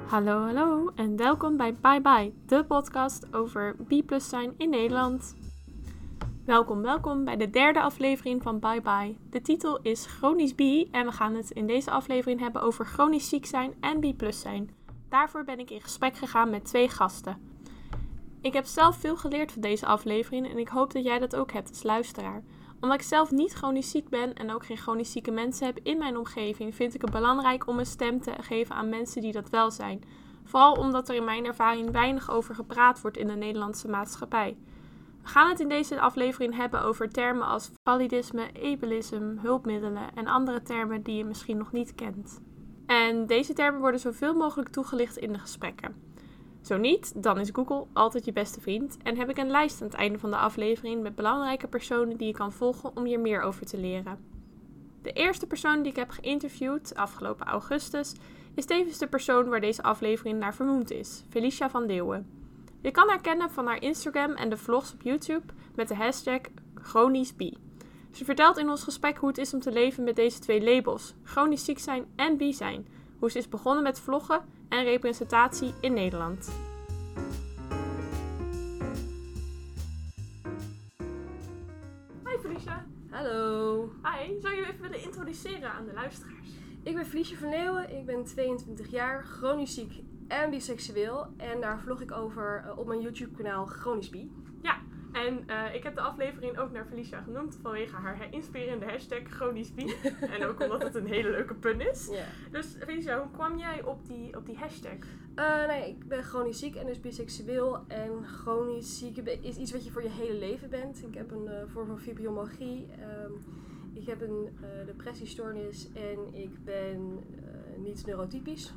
Hallo, hallo en welkom bij Bye Bye, de podcast over B+ zijn in Nederland. Welkom bij de derde aflevering van Bye Bye. De titel is Chronisch B en we gaan het in deze aflevering hebben over chronisch ziek zijn en B+ zijn. Daarvoor ben ik in gesprek gegaan met 2 gasten. Ik heb zelf veel geleerd van deze aflevering en ik hoop dat jij dat ook hebt als luisteraar. Omdat ik zelf niet chronisch ziek ben en ook geen chronisch zieke mensen heb in mijn omgeving, vind ik het belangrijk om een stem te geven aan mensen die dat wel zijn. Vooral omdat er in mijn ervaring weinig over gepraat wordt in de Nederlandse maatschappij. We gaan het in deze aflevering hebben over termen als validisme, ableisme, hulpmiddelen en andere termen die je misschien nog niet kent. En deze termen worden zoveel mogelijk toegelicht in de gesprekken. Zo niet, dan is Google altijd je beste vriend en heb ik een lijst aan het einde van de aflevering met belangrijke personen die je kan volgen om hier meer over te leren. De eerste persoon die ik heb geïnterviewd afgelopen augustus is tevens de persoon waar deze aflevering naar vernoemd is, Felicia van Leeuwen. Je kan haar kennen van haar Instagram en de vlogs op YouTube met de hashtag chronisch B. Ze vertelt in ons gesprek hoe het is om te leven met deze 2 labels, chronisch ziek zijn en B zijn, hoe ze is begonnen met vloggen en representatie in Nederland. Hi Felicia. Hallo. Hi, zou je je even willen introduceren aan de luisteraars? Ik ben Felicia van Leeuwen, ik ben 22 jaar, chronisch ziek en biseksueel. En daar vlog ik over op mijn YouTube kanaal Chronisch Bi. Ja, en ik heb de aflevering ook naar Felicia genoemd vanwege haar inspirerende hashtag chronisch bi. En ook omdat het een hele leuke pun is. Ja. Dus Felicia, hoe kwam jij op die hashtag? Ik ben chronisch ziek en dus biseksueel. En chronisch ziek is iets wat je voor je hele leven bent. Ik heb een vorm van fibromyalgie. Ik heb een depressiestoornis en ik ben niet neurotypisch.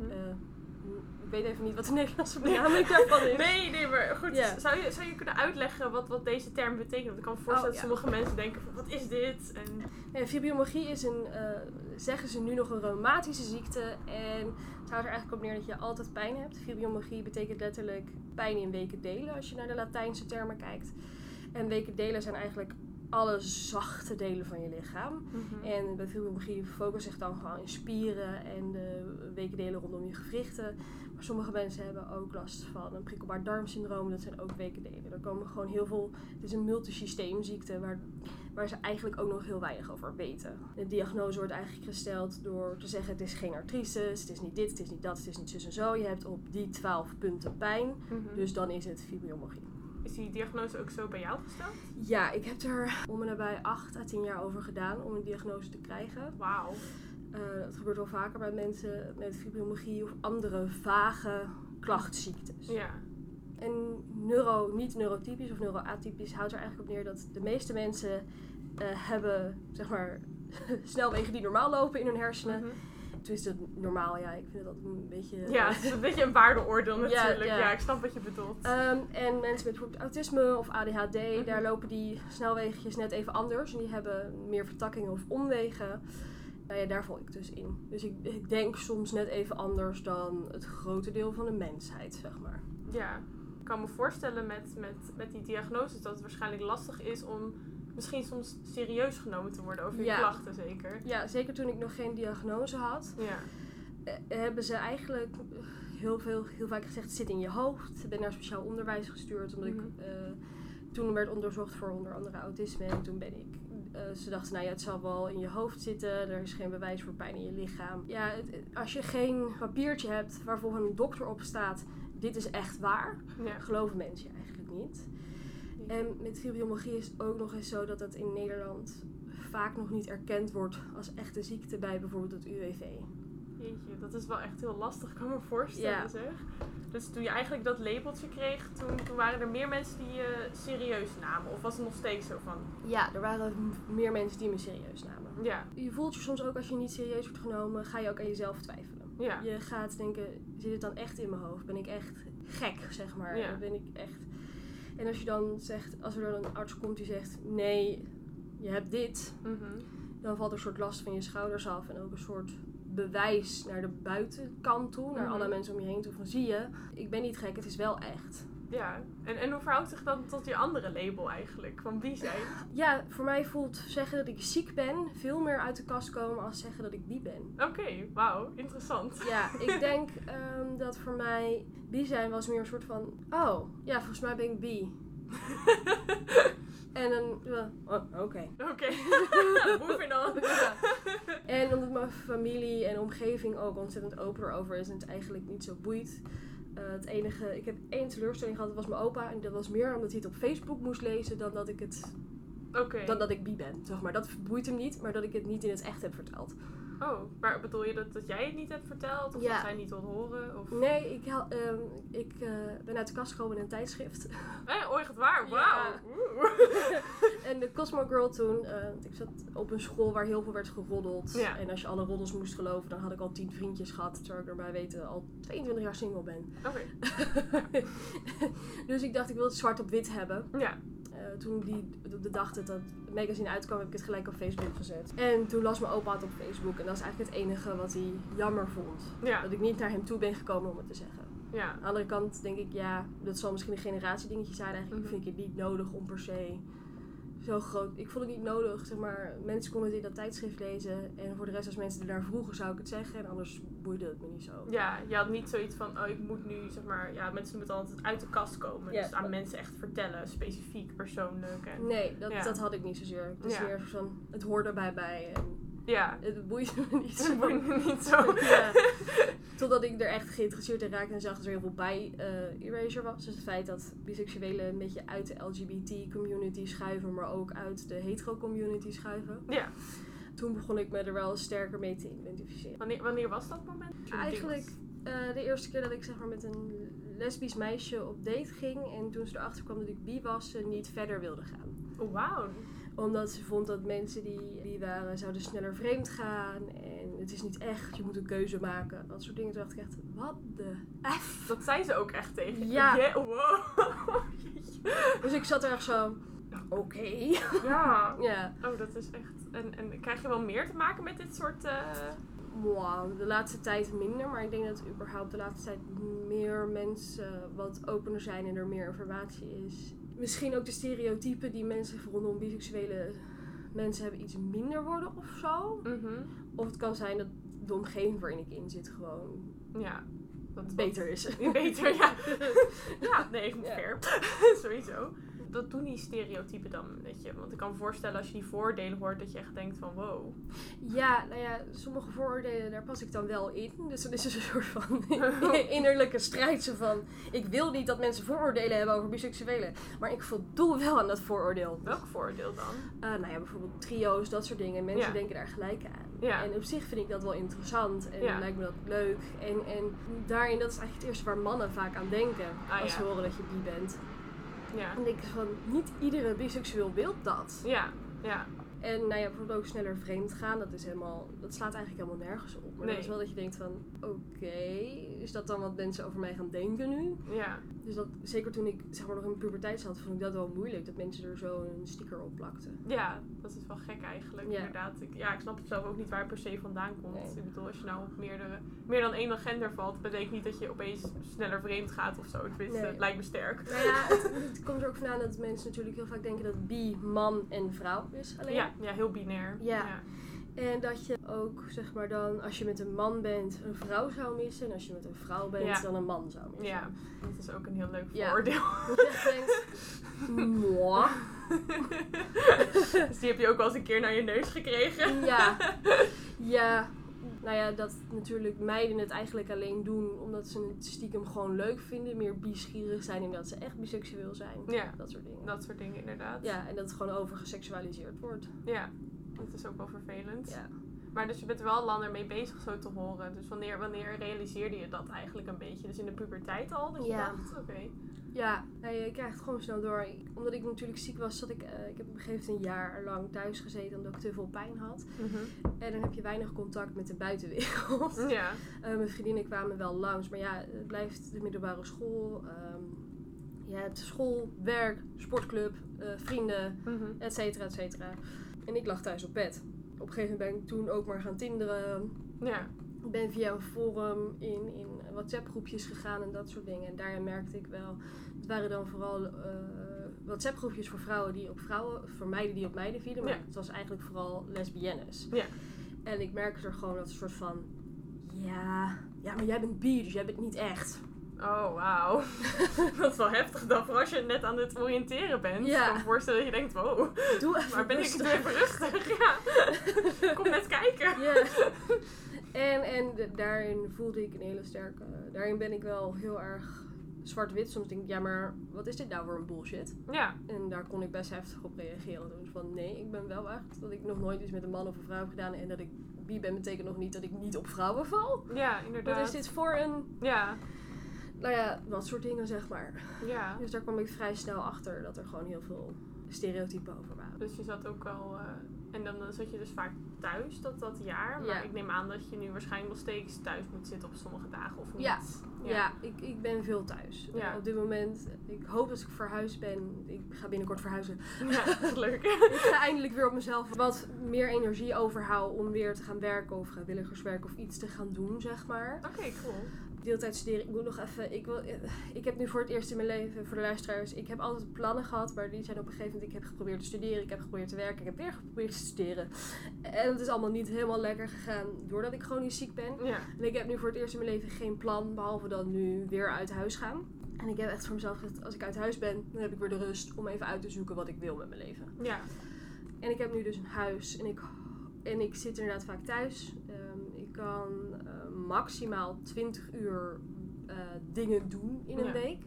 Ik weet even niet wat de Nederlandse benaming daarvan is. Nee, maar goed. Ja. Zou je kunnen uitleggen wat deze term betekent? Want ik kan me voorstellen dat sommige mensen denken van, wat is dit? En fibromyalgie is zeggen ze nu nog een reumatische ziekte. En het houdt er eigenlijk op neer dat je altijd pijn hebt. Fibromyalgie betekent letterlijk pijn in weken delen als je naar de Latijnse termen kijkt. En weken delen zijn eigenlijk alle zachte delen van je lichaam. En bij fibromyalgie focust zich dan gewoon in spieren en de weken delen rondom je gewrichten. Maar sommige mensen hebben ook last van een prikkelbaar darmsyndroom. Dat zijn ook weken delen. Er komen gewoon heel veel. Het is een multisysteemziekte waar ze eigenlijk ook nog heel weinig over weten. De diagnose wordt eigenlijk gesteld door te zeggen: het is geen artritis, het is niet dit, het is niet dat, het is niet zus en zo. Je hebt op die 12 punten pijn. Dus dan is het fibromyalgie. Is die diagnose ook zo bij jou gesteld? Ja, ik heb er om en nabij 8 à 10 jaar over gedaan om een diagnose te krijgen. Wauw. Dat gebeurt wel vaker bij mensen met fibromyalgie of andere vage klachtziektes. Ja. En niet neurotypisch of neuroatypisch houdt er eigenlijk op neer dat de meeste mensen hebben, zeg maar, snelwegen die normaal lopen in hun hersenen. Toen is het normaal, ja, ik vind dat een beetje... Ja, het is een beetje een waardeoordeel natuurlijk. Ja. Ja, ik snap wat je bedoelt. En mensen met bijvoorbeeld autisme of ADHD, daar lopen die snelwegjes net even anders. En die hebben meer vertakkingen of omwegen. Nou ja, daar val ik dus in. Dus ik denk soms net even anders dan het grote deel van de mensheid, zeg maar. Ja, ik kan me voorstellen met die diagnoses dat het waarschijnlijk lastig is om misschien soms serieus genomen te worden over je klachten, zeker. Ja, zeker toen ik nog geen diagnose had. Ja. Hebben ze eigenlijk heel vaak gezegd: het zit in je hoofd. Ik ben naar speciaal onderwijs gestuurd, omdat ik toen werd onderzocht voor onder andere autisme. En toen ben ik, ze dachten, nou ja, het zal wel in je hoofd zitten. Er is geen bewijs voor pijn in je lichaam. Ja, als je geen papiertje hebt waar volgens een dokter op staat: dit is echt waar, geloven mensen je eigenlijk niet. En met fibromyalgie is het ook nog eens zo dat het in Nederland vaak nog niet erkend wordt als echte ziekte bij bijvoorbeeld het UWV. Jeetje, dat is wel echt heel lastig, kan ik me voorstellen, zeg. Dus toen je eigenlijk dat labeltje kreeg, toen waren er meer mensen die je serieus namen? Of was het nog steeds zo van? Ja, er waren meer mensen die me serieus namen. Ja. Je voelt je soms ook, als je niet serieus wordt genomen, ga je ook aan jezelf twijfelen. Ja. Je gaat denken: zit het dan echt in mijn hoofd? Ben ik echt gek, zeg maar? Ja. Ben ik echt... En als je dan zegt, als er dan een arts komt die zegt: nee, je hebt dit, dan valt er een soort last van je schouders af en ook een soort bewijs naar de buitenkant toe, naar alle mensen om je heen toe, van zie je, ik ben niet gek, het is wel echt. Ja, en hoe verhoudt zich dan tot je andere label eigenlijk, van bi zijn? Ja, voor mij voelt zeggen dat ik ziek ben veel meer uit de kast komen als zeggen dat ik bi ben. Oké, wauw, interessant. Ja, ik denk dat voor mij bi zijn was meer een soort van... Oh, ja, volgens mij ben ik bi. En dan... Oké. Moving on. Ja. En omdat mijn familie en omgeving ook ontzettend open erover is en het eigenlijk niet zo boeit. Het enige... Ik heb 1 teleurstelling gehad, dat was mijn opa. En dat was meer omdat hij het op Facebook moest lezen dan dat ik het... Dan dat ik bi ben, zeg maar. Dat boeit hem niet, maar dat ik het niet in het echt heb verteld. Oh, maar bedoel je dat jij het niet hebt verteld? Of dat hij niet wil horen? Of... Nee, ik ben uit de kast gekomen in een tijdschrift. Echt waar? Wauw! Ja. En de Cosmo Girl toen, ik zat op een school waar heel veel werd geroddeld. Ja. En als je alle roddels moest geloven, dan had ik al 10 vriendjes gehad. Terwijl ik er bij weten al 22 jaar single ben. Oké. Dus ik dacht, ik wil het zwart op wit hebben. Ja. Toen de dag dat het magazine uitkwam, heb ik het gelijk op Facebook gezet. En toen las mijn opa het op Facebook. En dat is eigenlijk het enige wat hij jammer vond. Ja. Dat ik niet naar hem toe ben gekomen om het te zeggen. Ja. Aan de andere kant denk ik, ja, dat zal misschien een generatiedingetje zijn. Eigenlijk vind ik het niet nodig om per se zo groot... Ik vond het niet nodig, zeg maar. Mensen konden het in dat tijdschrift lezen. En voor de rest, als mensen ernaar vroegen, zou ik het zeggen. En anders boeide het me niet zo. Ja, je had niet zoiets van, ik moet nu, zeg maar... Ja, mensen moeten altijd uit de kast komen. Ja. Dus aan mensen echt vertellen, specifiek, persoonlijk. En... Nee, dat had ik niet zozeer. Het is meer van, het hoort erbij bij. En ja. het boeit me niet zo. Het boeit me niet zo. Ja. Totdat ik er echt geïnteresseerd in raakte en zag dat er heel veel erasure was. Dus het feit dat biseksuelen een beetje uit de LGBT-community schuiven, maar ook uit de hetero-community schuiven. Ja. Toen begon ik me er wel sterker mee te identificeren. Wanneer was dat moment? Eigenlijk de eerste keer dat ik zeg maar met een lesbisch meisje op date ging. En toen ze erachter kwam dat ik bi was, ze niet verder wilde gaan. Oh, wauw. Omdat ze vond dat mensen die bi waren, zouden sneller vreemd gaan. En het is niet echt, je moet een keuze maken. Dat soort dingen. Toen dacht ik echt, wat de F? Dat zei ze ook echt tegen je? Ja. Yeah, wow. Dus ik zat er echt zo, oké. Ja. Ja. Oh, dat is echt... En krijg je wel meer te maken met dit soort... Wow, de laatste tijd minder. Maar ik denk dat überhaupt de laatste tijd meer mensen wat opener zijn en er meer informatie is. Misschien ook de stereotypen die mensen rondom biseksuele mensen hebben iets minder worden of zo. Mm-hmm. Of het kan zijn dat de omgeving waarin ik in zit gewoon beter is. Beter, ja. Ja, nee, fair. Sowieso. Dat doen die stereotypen dan met je? Want ik kan me voorstellen als je die vooroordelen hoort dat je echt denkt van wow. Ja, nou ja, sommige vooroordelen daar pas ik dan wel in. Dus dan is het een soort van innerlijke strijd. Zo van, ik wil niet dat mensen vooroordelen hebben over biseksuelen. Maar ik voldoe wel aan dat vooroordeel. Welk vooroordeel dan? Nou ja, bijvoorbeeld trio's, dat soort dingen. Mensen denken daar gelijk aan. Ja. En op zich vind ik dat wel interessant. En lijkt me dat leuk. En daarin, dat is eigenlijk het eerste waar mannen vaak aan denken. Als ze horen dat je bi bent. Ja. En denk ik van, niet iedere biseksueel wil dat. Ja, ja. En nou ja, bijvoorbeeld ook sneller vreemd gaan, dat slaat eigenlijk helemaal nergens op. Maar dat is wel dat je denkt van, oké, is dat dan wat mensen over mij gaan denken nu? Ja. Dus dat, zeker toen ik zeg maar nog in mijn puberteit zat, vond ik dat wel moeilijk, dat mensen er zo een sticker op plakten. Ja, dat is wel gek eigenlijk, inderdaad. Ik snap zelf ook niet waar het per se vandaan komt. Nee. Ik bedoel, als je nou op meer dan één gender valt, betekent niet dat je opeens sneller vreemd gaat of zo. Tenminste, het lijkt me sterk. Nou ja, het komt er ook vandaan dat mensen natuurlijk heel vaak denken dat bi, man en vrouw is alleen. Ja, heel binair. Ja. En dat je ook, zeg maar dan, als je met een man bent, een vrouw zou missen. En als je met een vrouw bent, dan een man zou missen. Ja, dat is ook een heel leuk vooroordeel. Dat je denkt, moi. Dus die heb je ook wel eens een keer naar je neus gekregen. Ja. Nou ja, dat natuurlijk meiden het eigenlijk alleen doen omdat ze het stiekem gewoon leuk vinden. Meer bischierig zijn en dat ze echt biseksueel zijn. Ja, dat soort dingen. Dat soort dingen inderdaad. Ja, en dat het gewoon overgeseksualiseerd wordt. Ja, dat is ook wel vervelend. Ja. Maar dus je bent er wel lang ermee bezig zo te horen. Dus wanneer realiseerde je dat eigenlijk een beetje? Dus in de puberteit al? Dat je dacht, oké. Ja, je krijgt het gewoon snel door. Omdat ik natuurlijk ziek was, ik heb op een gegeven moment een jaar lang thuis gezeten omdat ik te veel pijn had. Mm-hmm. En dan heb je weinig contact met de buitenwereld. Ja. Mijn vriendinnen kwamen wel langs, maar ja, het blijft de middelbare school. Je hebt school, werk, sportclub, vrienden, et cetera, et cetera. En ik lag thuis op bed. Op een gegeven moment ben ik toen ook maar gaan tinderen. Ja. Ik ben via een forum in WhatsApp groepjes gegaan en dat soort dingen. En daarin merkte ik wel dat waren dan vooral WhatsApp-groepjes voor vrouwen die op vrouwen, voor meiden die op meiden vielen. Maar het was eigenlijk vooral lesbiennes. Ja. En ik merkte er gewoon dat een soort van... Ja, maar jij bent bi, dus jij bent niet echt. Oh, wauw. Dat is wel heftig dan. Vooral als je net aan het oriënteren bent. Ja. Ik kan me voorstellen dat je denkt, wow. Doe even Maar ben rustig. ik even rustig? Ja. Kom net kijken. Ja. En daarin voelde ik een hele sterke... Daarin ben ik wel heel erg zwart-wit. Soms denk ik, ja, maar wat is dit nou voor een bullshit? Ja. En daar kon ik best heftig op reageren. Dus van, nee, ik ben wel echt... Dat ik nog nooit iets met een man of een vrouw heb gedaan. En dat ik bi ben betekent nog niet dat ik niet op vrouwen val. Ja, inderdaad. Wat is dit voor een... Ja. Nou ja, dat soort dingen, zeg maar. Ja. Dus daar kwam ik vrij snel achter dat er gewoon heel veel stereotypen over waren. Dus je zat ook al... en dan zat je dus vaak thuis dat jaar. Maar ik neem aan dat je nu waarschijnlijk nog steeds thuis moet zitten op sommige dagen of niet. Ja, ik ben veel thuis. Ja. Op dit moment, ik hoop dat ik verhuisd ben. Ik ga binnenkort verhuizen. Ja, leuk. Ik ga eindelijk weer op mezelf wat meer energie overhouden om weer te gaan werken of vrijwilligerswerk of iets te gaan doen, zeg maar. Oké, cool. Deeltijd studeren. Ik moet nog even... Ik heb nu voor het eerst in mijn leven, voor de luisteraars, ik heb altijd plannen gehad, maar die zijn op een gegeven moment... Ik heb geprobeerd te studeren, ik heb geprobeerd te werken, ik heb weer geprobeerd te studeren. En het is allemaal niet helemaal lekker gegaan, doordat ik chronisch ziek ben. Ja. En ik heb nu voor het eerst in mijn leven geen plan, behalve dan nu weer uit huis gaan. En ik heb echt voor mezelf gezegd, als ik uit huis ben, dan heb ik weer de rust om even uit te zoeken wat ik wil met mijn leven. Ja. En ik heb nu dus een huis en ik zit inderdaad vaak thuis. Ik kan maximaal 20 uur dingen doen in een week.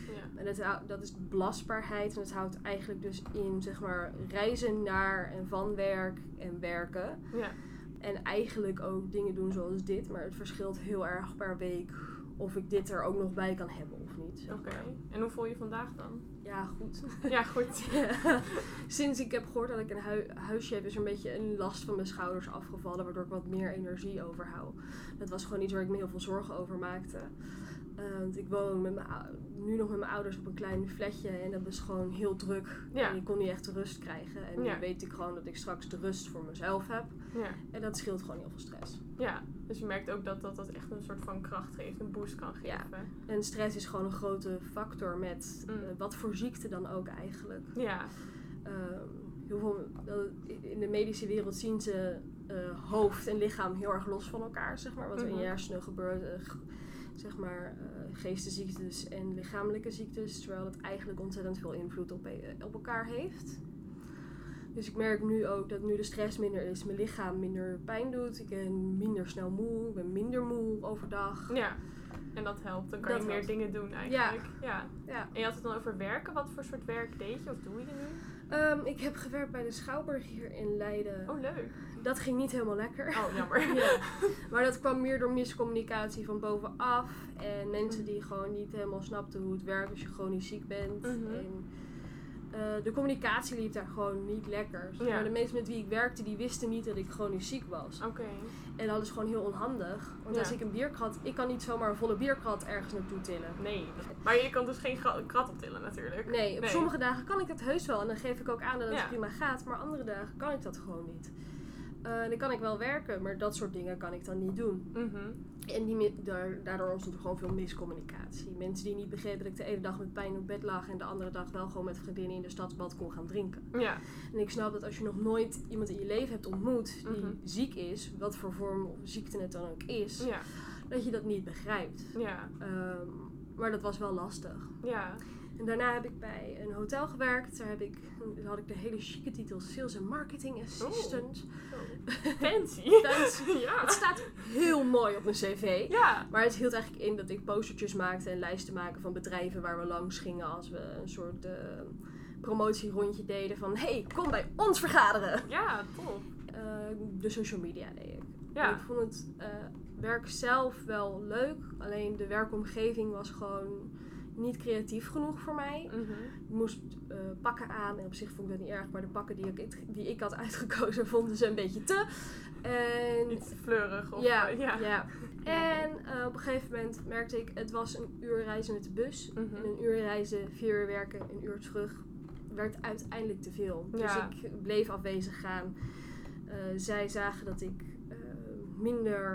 Ja. En dat is belastbaarheid. En dat houdt eigenlijk dus in, zeg maar, reizen naar en van werk en werken. Ja. En eigenlijk ook dingen doen zoals dit. Maar het verschilt heel erg per week of ik dit er ook nog bij kan hebben of niet. Oké. En hoe voel je vandaag dan? Ja, goed. Ja, goed. Ja. Sinds ik heb gehoord dat ik een huisje heb, is er een beetje een last van mijn schouders afgevallen, waardoor ik wat meer energie overhoud. Dat was gewoon iets waar ik me heel veel zorgen over maakte. Want ik woon nu nog met mijn ouders op een klein flatje en dat was gewoon heel druk. Ja. En ik kon niet echt de rust krijgen. En nu weet ik gewoon dat ik straks de rust voor mezelf heb. Ja. En dat scheelt gewoon heel veel stress. Ja, dus je merkt ook dat echt een soort van kracht geeft, een boost kan geven. Ja. En stress is gewoon een grote factor met wat voor ziekte dan ook eigenlijk. Ja. Heel veel, in de medische wereld zien ze hoofd en lichaam heel erg los van elkaar, zeg maar. Wat er in je hersenen gebeurt, zeg maar, geestesziektes en lichamelijke ziektes. Terwijl het eigenlijk ontzettend veel invloed op elkaar heeft. Dus ik merk nu ook dat nu de stress minder is, mijn lichaam minder pijn doet. Ik ben minder snel moe, ik ben minder moe overdag. Ja, en dat helpt. Dan kan je meer dingen doen eigenlijk. Ja. En je had het dan over werken. Wat voor soort werk deed je of doe je nu? Ik heb gewerkt bij de Schouwburg hier in Leiden. Oh, leuk. Dat ging niet helemaal lekker. Oh, jammer. Ja. Maar dat kwam meer door miscommunicatie van bovenaf. En mensen die gewoon niet helemaal snapten hoe het werkt als je chronisch ziek bent. En de communicatie liep daar gewoon niet lekker. Maar de mensen met wie ik werkte, die wisten niet dat ik chronisch ziek was. Oké. En dat is gewoon heel onhandig. Want als ik een bierkrat... Ik kan niet zomaar een volle bierkrat ergens naartoe tillen. Nee. Maar je kan dus geen krat optillen natuurlijk. Nee, op sommige dagen kan ik dat heus wel. En dan geef ik ook aan dat het prima gaat. Maar andere dagen kan ik dat gewoon niet. Dan kan ik wel werken, maar dat soort dingen kan ik dan niet doen. En daardoor ontstond er gewoon veel miscommunicatie. Mensen die niet begrepen dat ik de ene dag met pijn op bed lag en de andere dag wel gewoon met vriendinnen in de stadsbad kon gaan drinken. Ja. En ik snap dat als je nog nooit iemand in je leven hebt ontmoet die ziek is, wat voor vorm of ziekte het dan ook is, dat je dat niet begrijpt. Ja. Maar dat was wel lastig. Ja. En daarna heb ik bij een hotel gewerkt. Daar had ik de hele chique titel Sales and Marketing Assistant. Fancy. Fancy. Ja. Het staat heel mooi op mijn cv. Ja. Maar het hield eigenlijk in dat ik postertjes maakte en lijsten maakte van bedrijven waar we langs gingen als we een soort promotierondje deden van hey, kom bij ons vergaderen. Ja, top. De social media deed ik. Ja. En ik vond het werk zelf wel leuk. Alleen de werkomgeving was gewoon niet creatief genoeg voor mij. Ik moest pakken aan. En op zich vond ik dat niet erg. Maar de pakken die ik had uitgekozen vonden ze een beetje te. En iets te fleurig. Of, ja. En op een gegeven moment merkte ik, het was een uur reizen met de bus. En een uur reizen, 4 uur werken, een uur terug. Werd uiteindelijk te veel. Dus ik bleef afwezig gaan. Zij zagen dat ik minder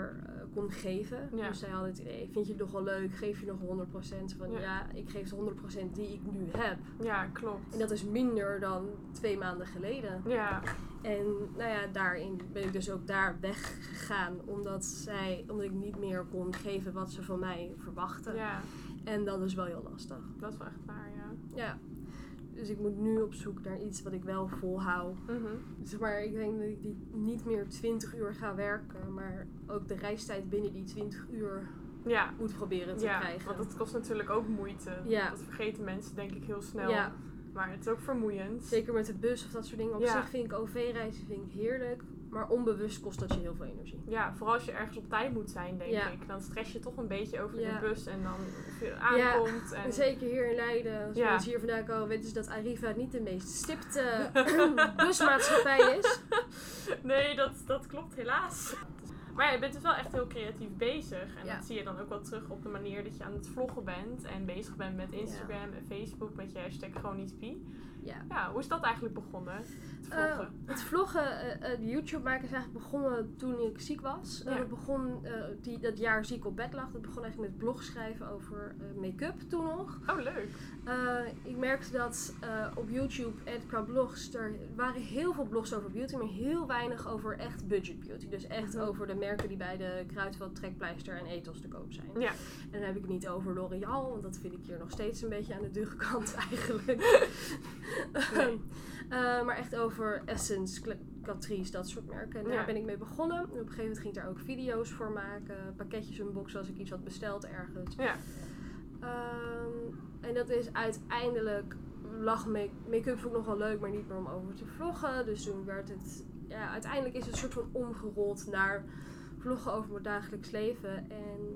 kon geven. Ja. Dus zij hadden het idee, vind je het nog wel leuk? Geef je nog 100%? Van ja, ik geef de 100% die ik nu heb. Ja, klopt. En dat is minder dan 2 maanden geleden. Ja. En nou ja, daarin ben ik dus ook daar weggegaan. Omdat ik niet meer kon geven wat ze van mij verwachten. Ja, En dat is wel heel lastig. dat is wel echt waar, ja. Ja. Dus ik moet nu op zoek naar iets wat ik wel volhoud. Zeg maar, ik denk dat ik niet meer 20 uur ga werken. Maar ook de reistijd binnen die 20 uur Ja. moet proberen te krijgen. Want dat kost natuurlijk ook moeite. Ja. Dat vergeten mensen denk ik heel snel. Ja. Maar het is ook vermoeiend. Zeker met de bus of dat soort dingen. Op Ja. zich vind ik OV-reizen heerlijk. Maar onbewust kost dat je heel veel energie. Ja, vooral als je ergens op tijd moet zijn, denk Ja. ik. Dan stress je toch een beetje over Ja. de bus en dan of je aankomt. En zeker hier in Leiden, als Ja. mensen hier vandaan komen, weten ze dat Arriva niet de meest stipte busmaatschappij is. Nee, dat klopt helaas. Maar ja, je bent dus wel echt heel creatief bezig. En Ja. dat zie je dan ook wel terug op de manier dat je aan het vloggen bent. En bezig bent met Instagram en Facebook met je hashtag #GronischBie. Ja. Ja, hoe is dat eigenlijk begonnen? Het vloggen? Het vloggen, YouTube maken is eigenlijk begonnen toen ik ziek was. Ja. Het begon dat jaar ziek op bed lag. Dat begon eigenlijk met blog schrijven over make-up toen nog. Oh, leuk. Ik merkte dat op YouTube en qua blogs, er waren heel veel blogs over beauty, maar heel weinig over echt budget beauty. Dus echt over de merken die bij de Kruidvat, Trekpleister en Ethos te koop zijn. Ja. En dan heb ik het niet over L'Oréal, want dat vind ik hier nog steeds een beetje aan de dure kant eigenlijk. Nee. Maar echt over Essence, Catrice, dat soort merken. En daar ben ik mee begonnen. En op een gegeven moment ging ik daar ook video's voor maken. Pakketjes unboxen als ik iets had besteld ergens. Ja. En dat is uiteindelijk, make-up vond ik nog wel leuk, maar niet meer om over te vloggen. Dus toen werd het, uiteindelijk is het een soort van omgerold naar vloggen over mijn dagelijks leven. En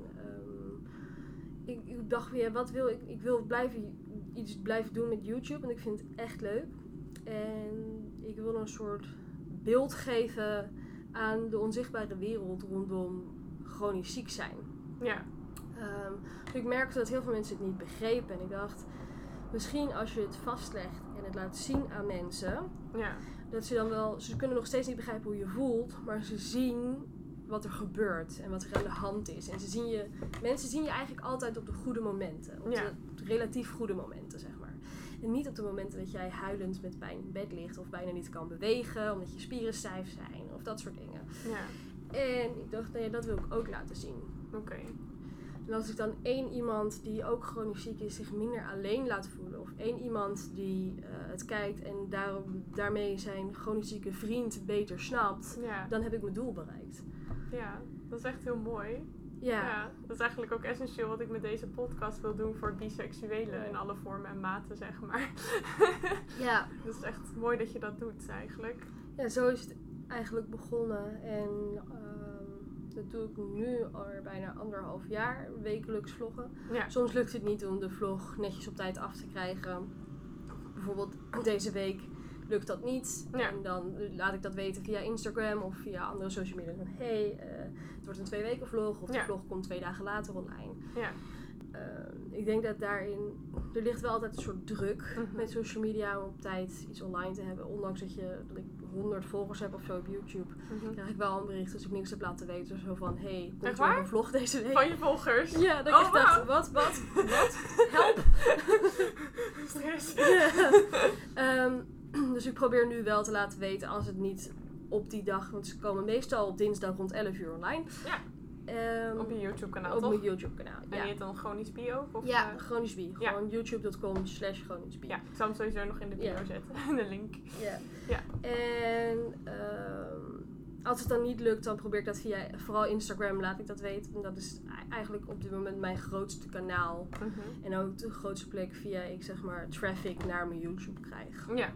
ik dacht weer, wat wil ik? Ik wil iets blijven doen met YouTube, want ik vind het echt leuk. En ik wil een soort beeld geven aan de onzichtbare wereld rondom chronisch ziek zijn. Ja. Dus ik merkte dat heel veel mensen het niet begrepen. En ik dacht, misschien als je het vastlegt en het laat zien aan mensen, Ja. dat ze kunnen nog steeds niet begrijpen hoe je voelt, maar ze zien wat er gebeurt en wat er aan de hand is. En mensen zien je eigenlijk altijd op de goede momenten. Op de relatief goede momenten, zeg maar. En niet op de momenten dat jij huilend met pijn in bed ligt of bijna niet kan bewegen omdat je spieren stijf zijn of dat soort dingen. Ja. En ik dacht, nee, dat wil ik ook laten zien. Oké. En als ik dan één iemand die ook chronisch ziek is zich minder alleen laat voelen, of één iemand die het kijkt en daarmee zijn chronisch zieke vriend beter snapt, Ja. dan heb ik mijn doel bereikt. Ja, dat is echt heel mooi. Ja. Ja, dat is eigenlijk ook essentieel wat ik met deze podcast wil doen voor biseksuelen in alle vormen en maten, zeg maar. Ja. Dat is echt mooi dat je dat doet, eigenlijk. Ja, zo is het eigenlijk begonnen. En dat doe ik nu al bijna 1,5 jaar, wekelijks vloggen. Ja. Soms lukt het niet om de vlog netjes op tijd af te krijgen. Bijvoorbeeld deze week lukt dat niet. Ja. En dan laat ik dat weten via Instagram of via andere social media. Van het wordt een 2 weken vlog of de vlog komt 2 dagen later online. Ja. Ik denk dat daarin, er ligt wel altijd een soort druk met social media om op tijd iets online te hebben. Ondanks dat ik 100 volgers heb of zo op YouTube, krijg ik wel een bericht als ik niks heb laten weten. Zo van, komt er nog een vlog deze week? Van je volgers? Ja, dat ik echt dacht, wat? Help! Stress. Dus ik probeer nu wel te laten weten als het niet op die dag, want ze komen meestal op dinsdag rond 11 uur online. Ja. Op je YouTube kanaal, op toch? mijn YouTube kanaal, En je heet dan GronischBie ook? Of, ja, GronischBie. Gewoon youtube.com/GronischBie. Ja, ik zal hem sowieso nog in de bio zetten. De link. Ja. En als het dan niet lukt, dan probeer ik dat via vooral Instagram, laat ik dat weten. En dat is eigenlijk op dit moment mijn grootste kanaal. En ook de grootste plek via ik zeg maar traffic naar mijn YouTube krijg. Ja.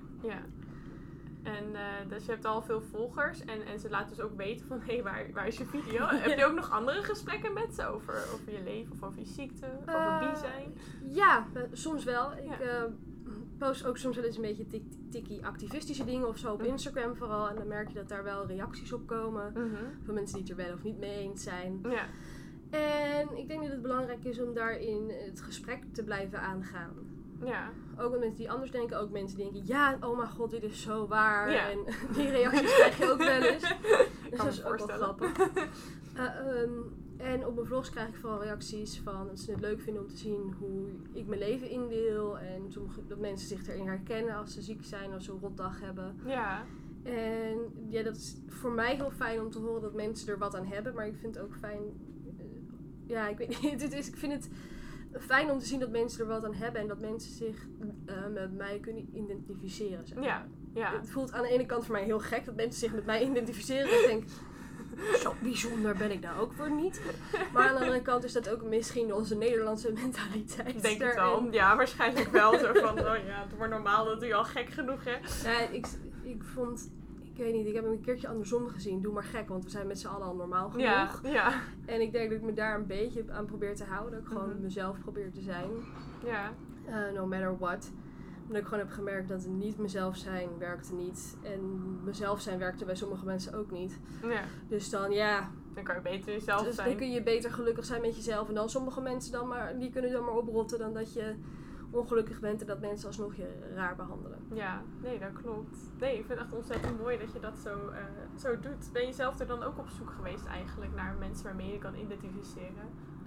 En dus je hebt al veel volgers en ze laten dus ook weten van, waar is je video? Heb je ook nog andere gesprekken met ze over je leven of over je ziekte? Over bi zijn? Ja, soms wel. Ik post ook soms wel eens een beetje tikkie activistische dingen of zo op Instagram vooral. En dan merk je dat daar wel reacties op komen. Van mensen die het er wel of niet mee eens zijn. Ja. En ik denk dat het belangrijk is om daarin het gesprek te blijven aangaan. Ja. Ook met mensen die anders denken. Ook mensen die denken, ja, oh mijn god, dit is zo waar. Ja. En die reacties krijg je ook wel eens. Dus dat is ook wel voorstellen. grappig. En op mijn vlogs krijg ik vooral reacties van dat ze het leuk vinden om te zien hoe ik mijn leven indeel. En dat mensen zich erin herkennen als ze ziek zijn of ze een rotdag hebben. Ja. En ja, dat is voor mij heel fijn om te horen dat mensen er wat aan hebben. Maar ik vind het ook fijn... ik weet niet. Ik vind het fijn om te zien dat mensen er wat aan hebben. En dat mensen zich met mij kunnen identificeren. Zeg maar. Ja. Het voelt aan de ene kant voor mij heel gek dat mensen zich met mij identificeren. En ik denk, zo bijzonder ben ik daar ook voor niet. Maar aan de andere kant is dat ook misschien onze Nederlandse mentaliteit. Ik denk het wel. Ja, waarschijnlijk wel. Zo van, het wordt normaal, dat doe je al gek genoeg, hè? Ja, ik vond... Ik weet niet, ik heb hem een keertje andersom gezien. Doe maar gek, want we zijn met z'n allen al normaal genoeg. Ja. En ik denk dat ik me daar een beetje aan probeer te houden. Dat ik gewoon mezelf probeer te zijn. Ja. No matter what. Omdat ik gewoon heb gemerkt dat niet mezelf zijn werkte niet. En mezelf zijn werkte bij sommige mensen ook niet. Ja. Dus dan dan kan je beter jezelf zijn. Dan kun je beter gelukkig zijn met jezelf. En dan sommige mensen die kunnen dan maar oprotten dan dat je ongelukkig bent en dat mensen alsnog je raar behandelen. Ja, nee, dat klopt. Nee, ik vind het echt ontzettend mooi dat je dat zo doet. Ben je zelf er dan ook op zoek geweest eigenlijk naar mensen waarmee je kan identificeren?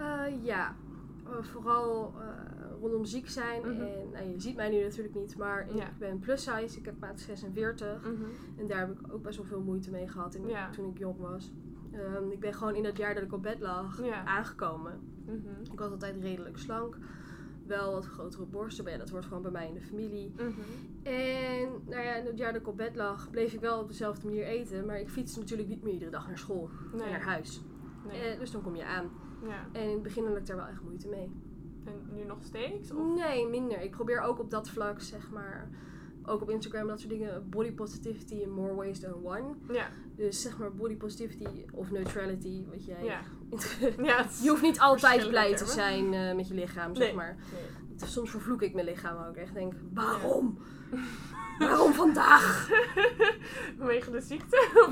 Vooral rondom ziek zijn. En je ziet mij nu natuurlijk niet, maar ik ben plus size. Ik heb maat 46. En daar heb ik ook best wel veel moeite mee gehad toen ik jong was. Ik ben gewoon in dat jaar dat ik op bed lag aangekomen. Ik was altijd redelijk slank. Wel wat grotere borsten, maar dat wordt gewoon bij mij in de familie. En in het jaar dat ik op bed lag, bleef ik wel op dezelfde manier eten. Maar ik fietste natuurlijk niet meer iedere dag naar school en naar huis. Nee. Dus dan kom je aan. Ja. En in het begin had ik daar wel echt moeite mee. En nu nog steeds? Of? Nee, minder. Ik probeer ook op dat vlak, zeg maar, ook op Instagram, dat soort dingen, body positivity in more ways than one. Ja. Dus zeg maar body positivity of neutrality, wat jij... Ja. Je hoeft niet altijd blij te zijn met je lichaam, zeg maar. Nee. Soms vervloek ik mijn lichaam ook. Echt denk, waarom? Waarom vandaag? Vanwege de ziekte?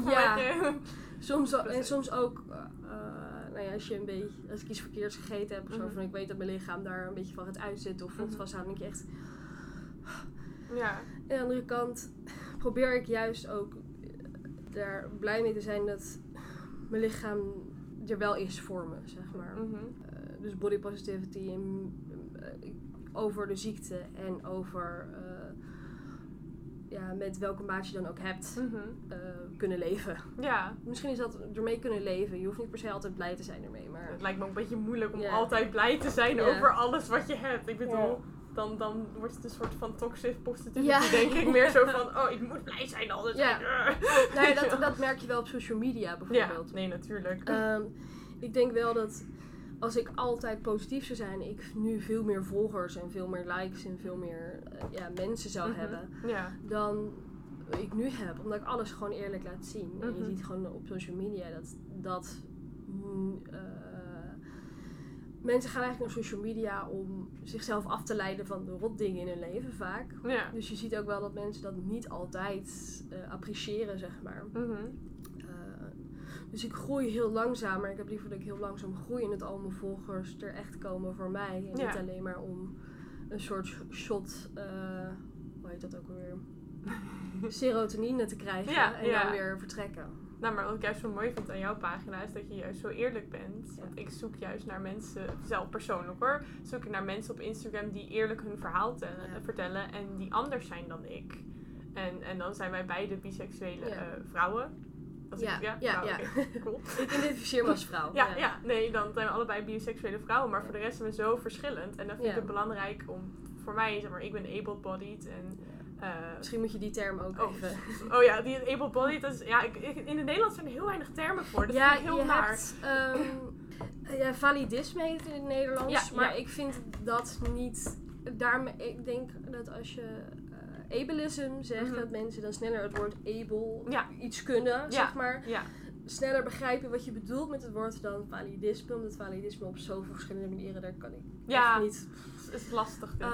Soms ook... als ik iets verkeerds gegeten heb of zo, van ik weet dat mijn lichaam daar een beetje van gaat uitzetten of vocht vasthoudt, dan denk je echt... Ja. En aan de andere kant probeer ik juist ook daar blij mee te zijn dat mijn lichaam er wel is voor me, zeg maar. Dus body positivity over de ziekte en over met welke maat je dan ook hebt kunnen leven. Ja. Misschien is dat ermee kunnen leven. Je hoeft niet per se altijd blij te zijn ermee. Maar... Het lijkt me ook een beetje moeilijk om altijd blij te zijn over alles wat je hebt. Ik bedoel... Dan wordt het een soort van toxic positivity, denk ik. Meer zo van, ik moet blij zijn altijd. Ja. Dat merk je wel op social media bijvoorbeeld. Ja, nee, natuurlijk. Ik denk wel dat als ik altijd positief zou zijn, ik nu veel meer volgers en veel meer likes en veel meer mensen zou hebben dan ik nu heb. Omdat ik alles gewoon eerlijk laat zien. En je ziet gewoon op social media dat mensen gaan eigenlijk naar social media om zichzelf af te leiden van de rotdingen in hun leven vaak. Ja. Dus je ziet ook wel dat mensen dat niet altijd appreciëren, zeg maar. Dus ik groei heel langzaam, maar ik heb liever dat ik heel langzaam groei en dat al mijn volgers er echt komen voor mij. En niet alleen maar om een soort shot, hoe heet dat ook alweer? Serotonine te krijgen en dan weer vertrekken. Nou, maar wat ik juist zo mooi vind aan jouw pagina is dat je juist zo eerlijk bent. Want ik zoek juist naar mensen, zelf persoonlijk hoor, zoek ik naar mensen op Instagram die eerlijk hun verhaal vertellen en die anders zijn dan ik. En dan zijn wij beide biseksuele vrouwen. Cool. Ik identificeer me als vrouw. Dan zijn we allebei biseksuele vrouwen, maar voor de rest zijn we zo verschillend. En dan vind ik het belangrijk om, voor mij, zeg maar, ik ben able-bodied en... Misschien moet je die term ook even... die able-bodied, dat is, in het Nederlands zijn er heel weinig termen voor. Dat vind ik heel raar. Validisme heet het in het Nederlands, maar ik vind dat niet... ik denk dat als je ableism zegt, dat mensen dan sneller het woord able iets kunnen, zeg maar. Ja. Sneller begrijpen wat je bedoelt met het woord dan validisme, omdat validisme op zoveel verschillende manieren, daar kan ik echt niet... Het is lastig dit.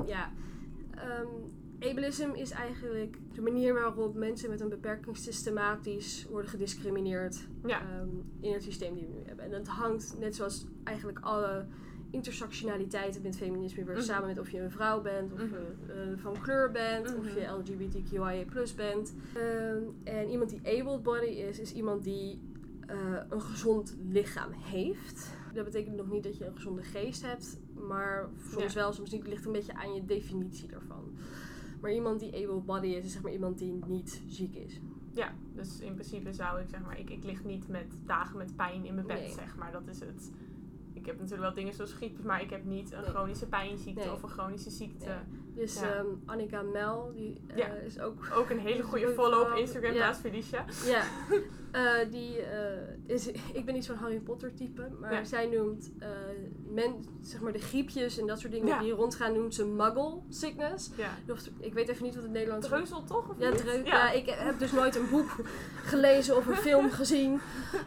Ableism is eigenlijk de manier waarop mensen met een beperking systematisch worden gediscrimineerd in het systeem die we nu hebben. En dat hangt, net zoals eigenlijk alle intersectionaliteiten met feminisme, weer samen met of je een vrouw bent, of je van kleur bent, of je LGBTQIA+ bent. En iemand die able body is iemand die een gezond lichaam heeft. Dat betekent nog niet dat je een gezonde geest hebt, maar soms wel, soms niet. Het ligt een beetje aan je definitie daarvan. Maar iemand die able-body is zeg maar iemand die niet ziek is. Ja, dus in principe zou ik zeg maar, ik lig niet met dagen met pijn in mijn bed, zeg maar. Dat is het. Ik heb natuurlijk wel dingen zoals griep, maar ik heb niet een chronische pijnziekte of een chronische ziekte. Nee. Dus Annika Mel, die is ook een hele goede follow op Instagram naast Felicia. Ja, ik ben niet zo'n Harry Potter type, maar zij noemt zeg maar de griepjes en dat soort dingen die rondgaan, noemt ze muggle sickness. Ja. Ik weet even niet wat het Nederlands is. Treuzel toch? Of ja, ik heb dus nooit een boek gelezen of een film gezien.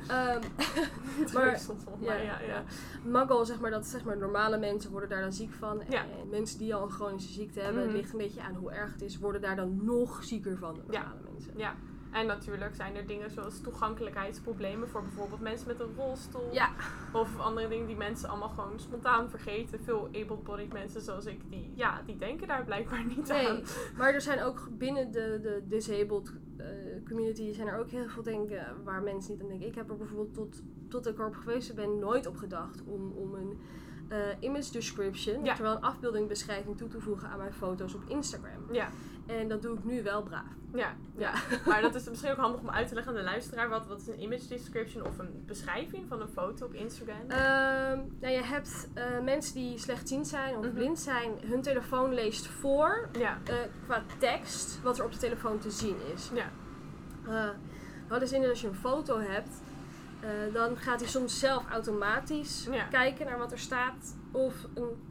Maar muggle, zeg maar, dat zeg maar normale mensen worden daar dan ziek van. Ja. En mensen die al een chronische ziekte hebben, het ligt een beetje aan hoe erg het is, worden daar dan nog zieker van dan normale mensen. Ja. En natuurlijk zijn er dingen zoals toegankelijkheidsproblemen voor bijvoorbeeld mensen met een rolstoel. Ja. Of andere dingen die mensen allemaal gewoon spontaan vergeten. Veel able-bodied mensen zoals ik, die denken daar blijkbaar niet aan. Maar er zijn ook binnen de disabled community zijn er ook heel veel dingen waar mensen niet aan denken. Ik heb er bijvoorbeeld tot ik erop geweest ben nooit op gedacht om een image description, terwijl een afbeeldingbeschrijving toe te voegen aan mijn foto's op Instagram. Ja. En dat doe ik nu wel braaf. Ja. Maar dat is misschien ook handig om uit te leggen aan de luisteraar. Wat is een image description of een beschrijving van een foto op Instagram? Je hebt mensen die slechtziend zijn of blind zijn. Hun telefoon leest voor qua tekst wat er op de telefoon te zien is. Ja. Wat is in als je een foto hebt, dan gaat hij soms zelf automatisch kijken naar wat er staat of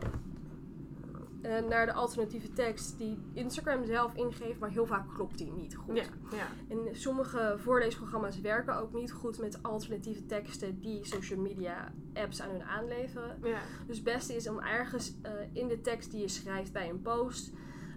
naar de alternatieve tekst die Instagram zelf ingeeft, maar heel vaak klopt die niet goed. Ja. En sommige voorleesprogramma's werken ook niet goed met alternatieve teksten die social media apps aan hun aanleveren. Ja. Dus het beste is om ergens in de tekst die je schrijft bij een post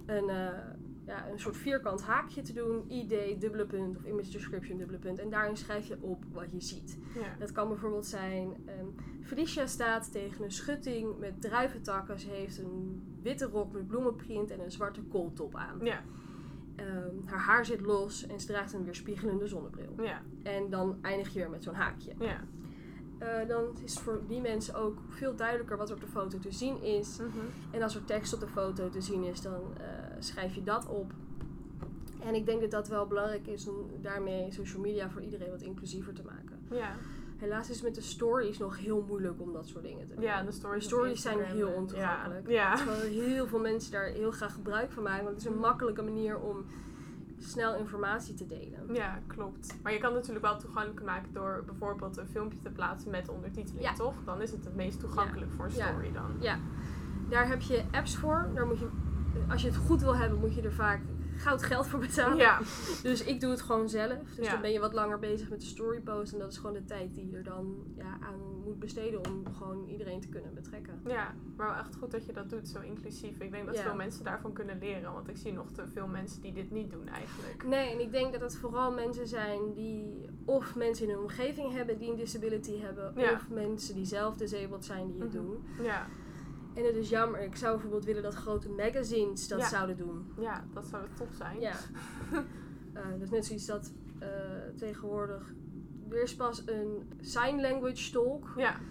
een soort vierkant haakje te doen, ID, dubbele punt of image description, dubbele punt. En daarin schrijf je op wat je ziet. Ja. Dat kan bijvoorbeeld zijn, Felicia staat tegen een schutting met druiventakken. Ze heeft een witte rok met bloemenprint en een zwarte kooltop aan. Ja. Haar haar zit los en ze draagt een weerspiegelende zonnebril. Ja. En dan eindig je weer met zo'n haakje. Ja. Dan is het voor die mensen ook veel duidelijker wat er op de foto te zien is. Mm-hmm. En als er tekst op de foto te zien is, dan schrijf je dat op. En ik denk dat dat wel belangrijk is om daarmee social media voor iedereen wat inclusiever te maken. Ja. Helaas is het met de stories nog heel moeilijk om dat soort dingen te doen. Ja, de stories zijn heel ontoegankelijk. Ja. Terwijl heel veel mensen daar heel graag gebruik van maken. Want het is een makkelijke manier om snel informatie te delen. Ja, klopt. Maar je kan het natuurlijk wel toegankelijk maken door bijvoorbeeld een filmpje te plaatsen met ondertiteling, toch? Dan is het meest toegankelijk voor een story dan. Ja, daar heb je apps voor. Daar moet je, als je het goed wil hebben, moet je er vaak goud geld voor betalen. Ja. Dus ik doe het gewoon zelf. Dus dan ben je wat langer bezig met de storypost. En dat is gewoon de tijd die je er dan aan moet besteden om gewoon iedereen te kunnen betrekken. Ja, maar wel echt goed dat je dat doet, zo inclusief. Ik denk dat veel mensen daarvan kunnen leren. Want ik zie nog te veel mensen die dit niet doen eigenlijk. Nee, en ik denk dat het vooral mensen zijn die of mensen in hun omgeving hebben die een disability hebben. Ja. Of mensen die zelf disabled zijn die het doen. Ja. En het is jammer. Ik zou bijvoorbeeld willen dat grote magazines dat zouden doen. Ja, dat zou tof zijn. Ja. Dat is net zoiets dat tegenwoordig... Er is pas een sign language tolk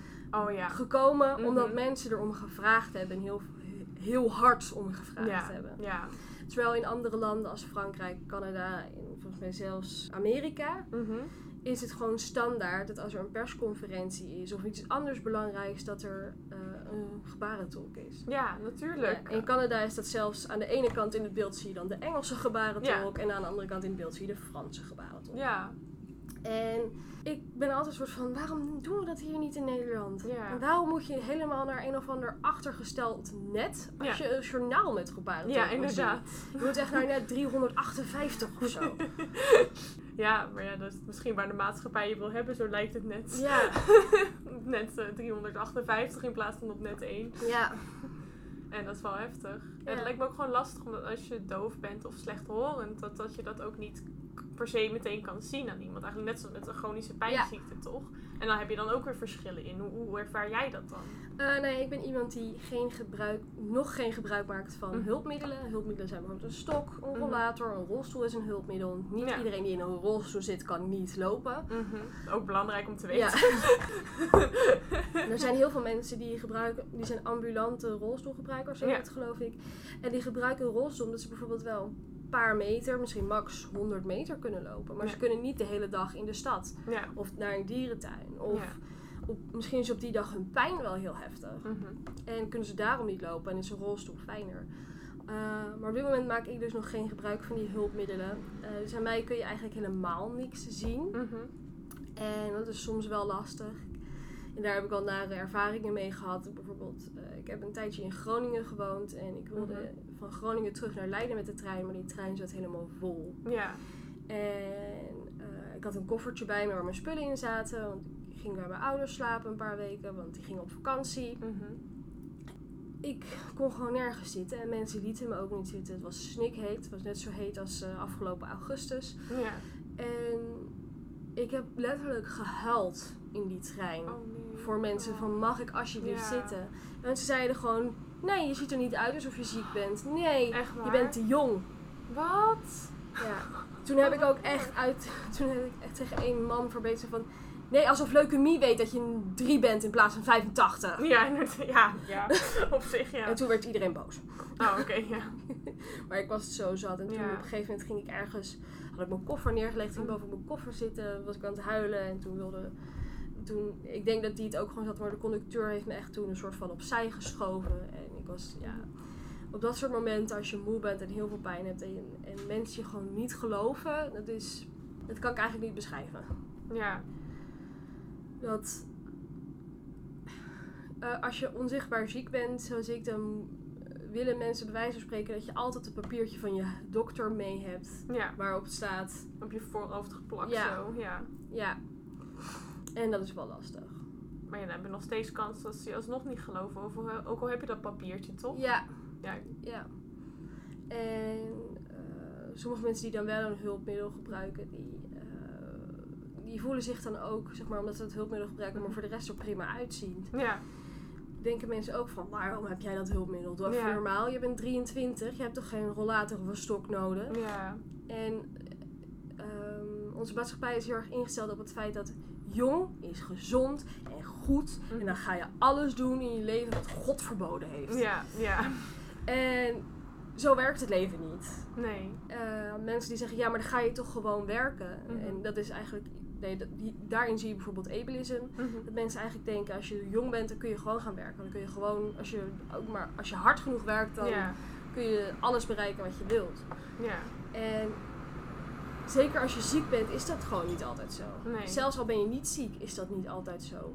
gekomen omdat mensen erom gevraagd hebben. En heel hard om gevraagd hebben. Ja. Terwijl in andere landen als Frankrijk, Canada en volgens mij zelfs Amerika... is het gewoon standaard dat als er een persconferentie is of iets anders belangrijks, dat er een gebarentolk is. Ja, natuurlijk. Ja, in Canada is dat zelfs aan de ene kant in het beeld zie je dan de Engelse gebarentolk en aan de andere kant in het beeld zie je de Franse gebarentolk. Ja. En ik ben altijd een soort van, waarom doen we dat hier niet in Nederland? Ja. En waarom moet je helemaal naar een of ander achtergesteld net als je een journaal met gebarentolk moet inderdaad. zien? Je moet echt naar net 358 of zo. Ja, maar dat is misschien waar de maatschappij je wil hebben, zo lijkt het net. Ja. Net 358 in plaats van op net 1. Ja. En dat is wel heftig. Ja. Het lijkt me ook gewoon lastig, omdat als je doof bent of slechthorend, dat je dat ook niet per se meteen kan zien aan iemand. Eigenlijk net zoals met een chronische pijnziekte, toch? En dan heb je dan ook weer verschillen in. Hoe ervaar jij dat dan? Nee, ik ben iemand die nog geen gebruik maakt van hulpmiddelen. Hulpmiddelen zijn bijvoorbeeld een stok, een rollator, een rolstoel is een hulpmiddel. Niet iedereen die in een rolstoel zit kan niet lopen. Ook belangrijk om te weten. Ja. Er zijn heel veel mensen die zijn ambulante rolstoelgebruikers, geloof ik. En die gebruiken een rolstoel omdat ze bijvoorbeeld wel een paar meter, misschien max 100 meter kunnen lopen. Maar ze kunnen niet de hele dag in de stad. Ja. Of naar een dierentuin. Of misschien is op die dag hun pijn wel heel heftig. En kunnen ze daarom niet lopen en is een rolstoel fijner. Maar op dit moment maak ik dus nog geen gebruik van die hulpmiddelen. Dus aan mij kun je eigenlijk helemaal niks zien. En dat is soms wel lastig. En daar heb ik al nare ervaringen mee gehad. Bijvoorbeeld, ik heb een tijdje in Groningen gewoond. En ik wilde van Groningen terug naar Leiden met de trein. Maar die trein zat helemaal vol. Ja. En ik had een koffertje bij me waar mijn spullen in zaten. Want ik ging bij mijn ouders slapen een paar weken. Want die gingen op vakantie. Ik kon gewoon nergens zitten. En mensen lieten me ook niet zitten. Het was snikheet. Het was net zo heet als afgelopen augustus. Ja. En ik heb letterlijk gehuild in die trein. Voor mensen van, mag ik alsjeblieft zitten? En ze zeiden gewoon, nee, je ziet er niet uit alsof je ziek bent. Nee, je bent te jong. Wat? Ja. Toen heb ik tegen een man verbeterd van, nee, alsof leukemie weet dat je 3 bent in plaats van 85. Ja, op zich, ja. En toen werd iedereen boos. Oh, oké, ja. Maar ik was het zo zat. En toen op een gegeven moment ging ik ergens, had ik mijn koffer neergelegd, ging boven mijn koffer zitten, was ik aan het huilen. En ik denk dat die het ook gewoon zat, maar de conducteur heeft me echt toen een soort van opzij geschoven. En ik was, op dat soort momenten, als je moe bent en heel veel pijn hebt en mensen je gewoon niet geloven, dat kan ik eigenlijk niet beschrijven. Ja. Dat als je onzichtbaar ziek bent, zoals ik, dan willen mensen bij wijze van spreken dat je altijd een papiertje van je dokter mee hebt. Ja. Waarop het staat. Op je voorhoofd geplakt zo. Ja. En dat is wel lastig. Maar dan heb je nog steeds kans dat ze je alsnog niet geloven. Ook al heb je dat papiertje, toch? Ja. En sommige mensen die dan wel een hulpmiddel gebruiken, die voelen zich dan ook, zeg maar, omdat ze het hulpmiddel gebruiken, maar voor de rest er prima uitzien. Ja. Denken mensen ook van, waarom heb jij dat hulpmiddel? Doe even normaal, je bent 23, je hebt toch geen rollator of een stok nodig? Ja. En onze maatschappij is heel erg ingesteld op het feit dat jong is gezond en goed. En dan ga je alles doen in je leven wat God verboden heeft. Ja. En zo werkt het leven niet. Nee. Mensen die zeggen, ja, maar dan ga je toch gewoon werken. En dat is eigenlijk, daarin zie je bijvoorbeeld ableism. Dat mensen eigenlijk denken, als je jong bent, dan kun je gewoon gaan werken. Dan kun je gewoon, als je hard genoeg werkt, dan kun je alles bereiken wat je wilt. Ja. En zeker als je ziek bent, is dat gewoon niet altijd zo. Nee. Zelfs al ben je niet ziek, is dat niet altijd zo.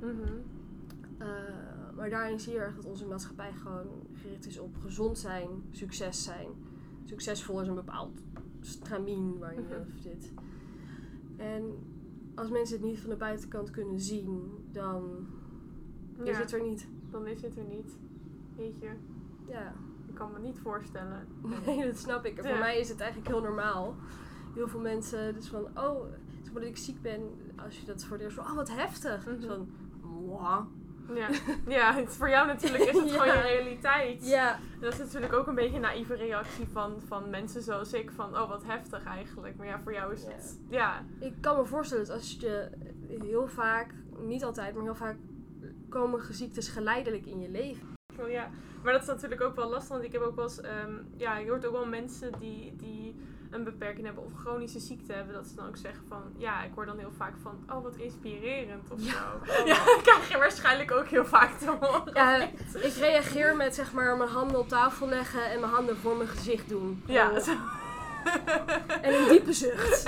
Maar daarin zie je erg dat onze maatschappij gewoon gericht is op gezond zijn, succes zijn. Succesvol is een bepaald stramien waar je zit. En als mensen het niet van de buitenkant kunnen zien, dan is het er niet. Dan is het er niet. Weet je. Ja. Ik kan me niet voorstellen. Nee, dat snap ik. Voor mij is het eigenlijk heel normaal. Heel veel mensen, dus van, zeg maar dat ik ziek ben, als je dat voor het eerst van, wat heftig. Dus van, mwah. Ja, voor jou natuurlijk is het gewoon je realiteit. Ja. Dat is natuurlijk ook een beetje een naïeve reactie van mensen zoals ik. Van, wat heftig eigenlijk. Maar ja, voor jou is het, Ik kan me voorstellen dat als je heel vaak, niet altijd, maar heel vaak komen ziektes geleidelijk in je leven. Ja, maar dat is natuurlijk ook wel lastig. Want ik heb ook wel eens, je hoort ook wel mensen die een beperking hebben of chronische ziekte hebben, dat ze dan ook zeggen van, ik hoor dan heel vaak van, wat inspirerend of zo. Dat krijg je waarschijnlijk ook heel vaak te horen. Ja, ik reageer met, zeg maar, mijn handen op tafel leggen en mijn handen voor mijn gezicht doen. Ja. En een diepe zucht.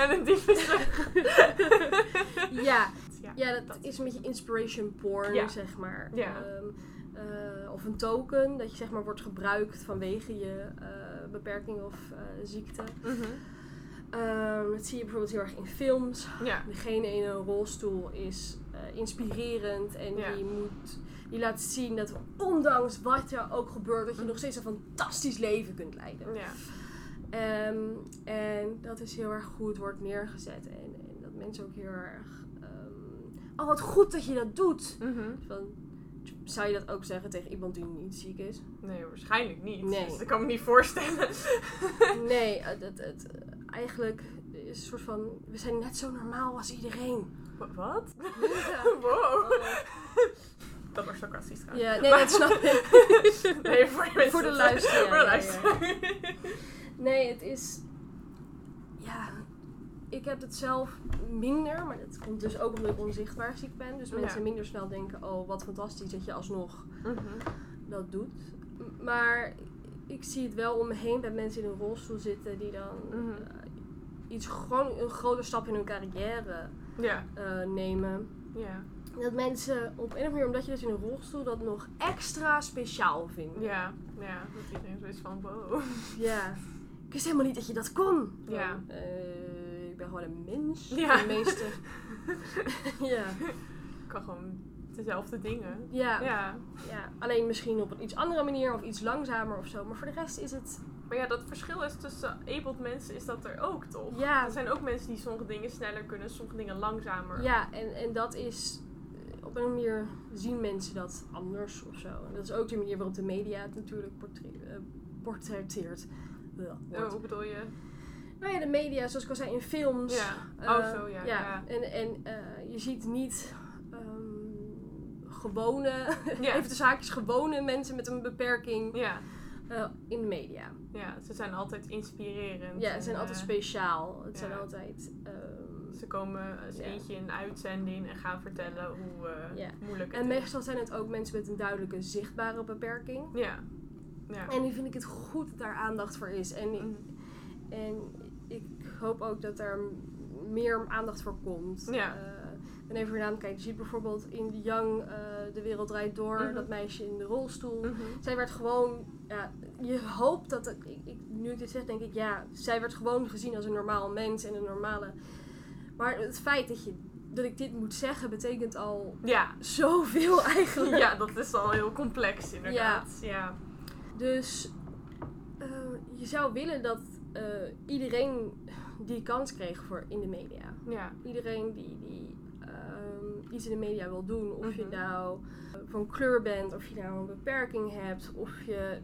Ja, dat is een beetje inspiration porn, zeg maar. Ja. Of een token, dat je, zeg maar, wordt gebruikt vanwege je beperking of ziekte. Dat zie je bijvoorbeeld heel erg in films. Ja. Degene in een rolstoel is inspirerend en die laat zien dat ondanks wat er ook gebeurt, dat je nog steeds een fantastisch leven kunt leiden. Ja. En dat is heel erg goed wordt neergezet. En dat mensen ook heel erg... oh, wat goed dat je dat doet. Van, zou je dat ook zeggen tegen iemand die niet ziek is? Nee, waarschijnlijk niet. Nee. Dus dat kan ik me niet voorstellen. Nee, eigenlijk is een soort van... We zijn net zo normaal als iedereen. Wat? Ja. Wow. Dat was sarcastisch trouwens. Ja, nee, dat snap ik. Nee, voor de luisteraar. Voor de luisteraar. Nee, het is... Ja, ik heb het zelf minder, maar dat komt dus ook omdat ik onzichtbaar ziek ben. Dus mensen minder snel denken, oh wat fantastisch dat je alsnog dat doet. Maar ik zie het wel om me heen bij mensen in een rolstoel zitten die dan gewoon een grote stap in hun carrière nemen. Ja. Dat mensen op een of andere manier, omdat je dus in een rolstoel dat nog extra speciaal vinden. Ja, dat iedereen zoiets van wow. Ja. Ik wist helemaal niet dat je dat kon. Ja. Ik ben gewoon een mens. Ja. De meeste. Ja. Ik kan gewoon dezelfde dingen. Ja. Alleen misschien op een iets andere manier of iets langzamer of zo. Maar voor de rest is het... Maar ja, dat verschil is tussen abled mensen is dat er ook, toch? Ja. Er zijn ook mensen die sommige dingen sneller kunnen, sommige dingen langzamer. Ja, en dat is... Op een manier zien mensen dat anders of zo. En dat is ook de manier waarop de media het natuurlijk portretteert. Hoe bedoel je? Nou ja, de media, zoals ik al zei, in films. Ja. Ja. En je ziet niet gewone, even de zaakjes, gewone mensen met een beperking in de media. Ja, ze zijn altijd inspirerend. Ja, ze zijn altijd speciaal. Het zijn altijd... Ze komen als eentje in een uitzending en gaan vertellen hoe moeilijk het en is. meestal zijn het ook mensen met een duidelijke zichtbare beperking. Ja. En nu vind ik het goed dat daar aandacht voor is. En ik hoop ook dat er meer aandacht voor komt. Ja. Ik ben even weer aan het kijken. Je ziet bijvoorbeeld in Young, De Wereld Draait Door, dat meisje in de rolstoel. Zij werd gewoon... Ja, je hoopt dat... Nu ik dit zeg, denk ik, zij werd gewoon gezien als een normaal mens en een normale... Maar het feit dat ik dit moet zeggen, betekent al zoveel eigenlijk. Ja, dat is al heel complex inderdaad. Ja. Dus je zou willen dat iedereen die kans kreeg voor in de media. Ja. Iedereen die iets in de media wil doen. Of je nou van kleur bent, of je nou een beperking hebt, of je...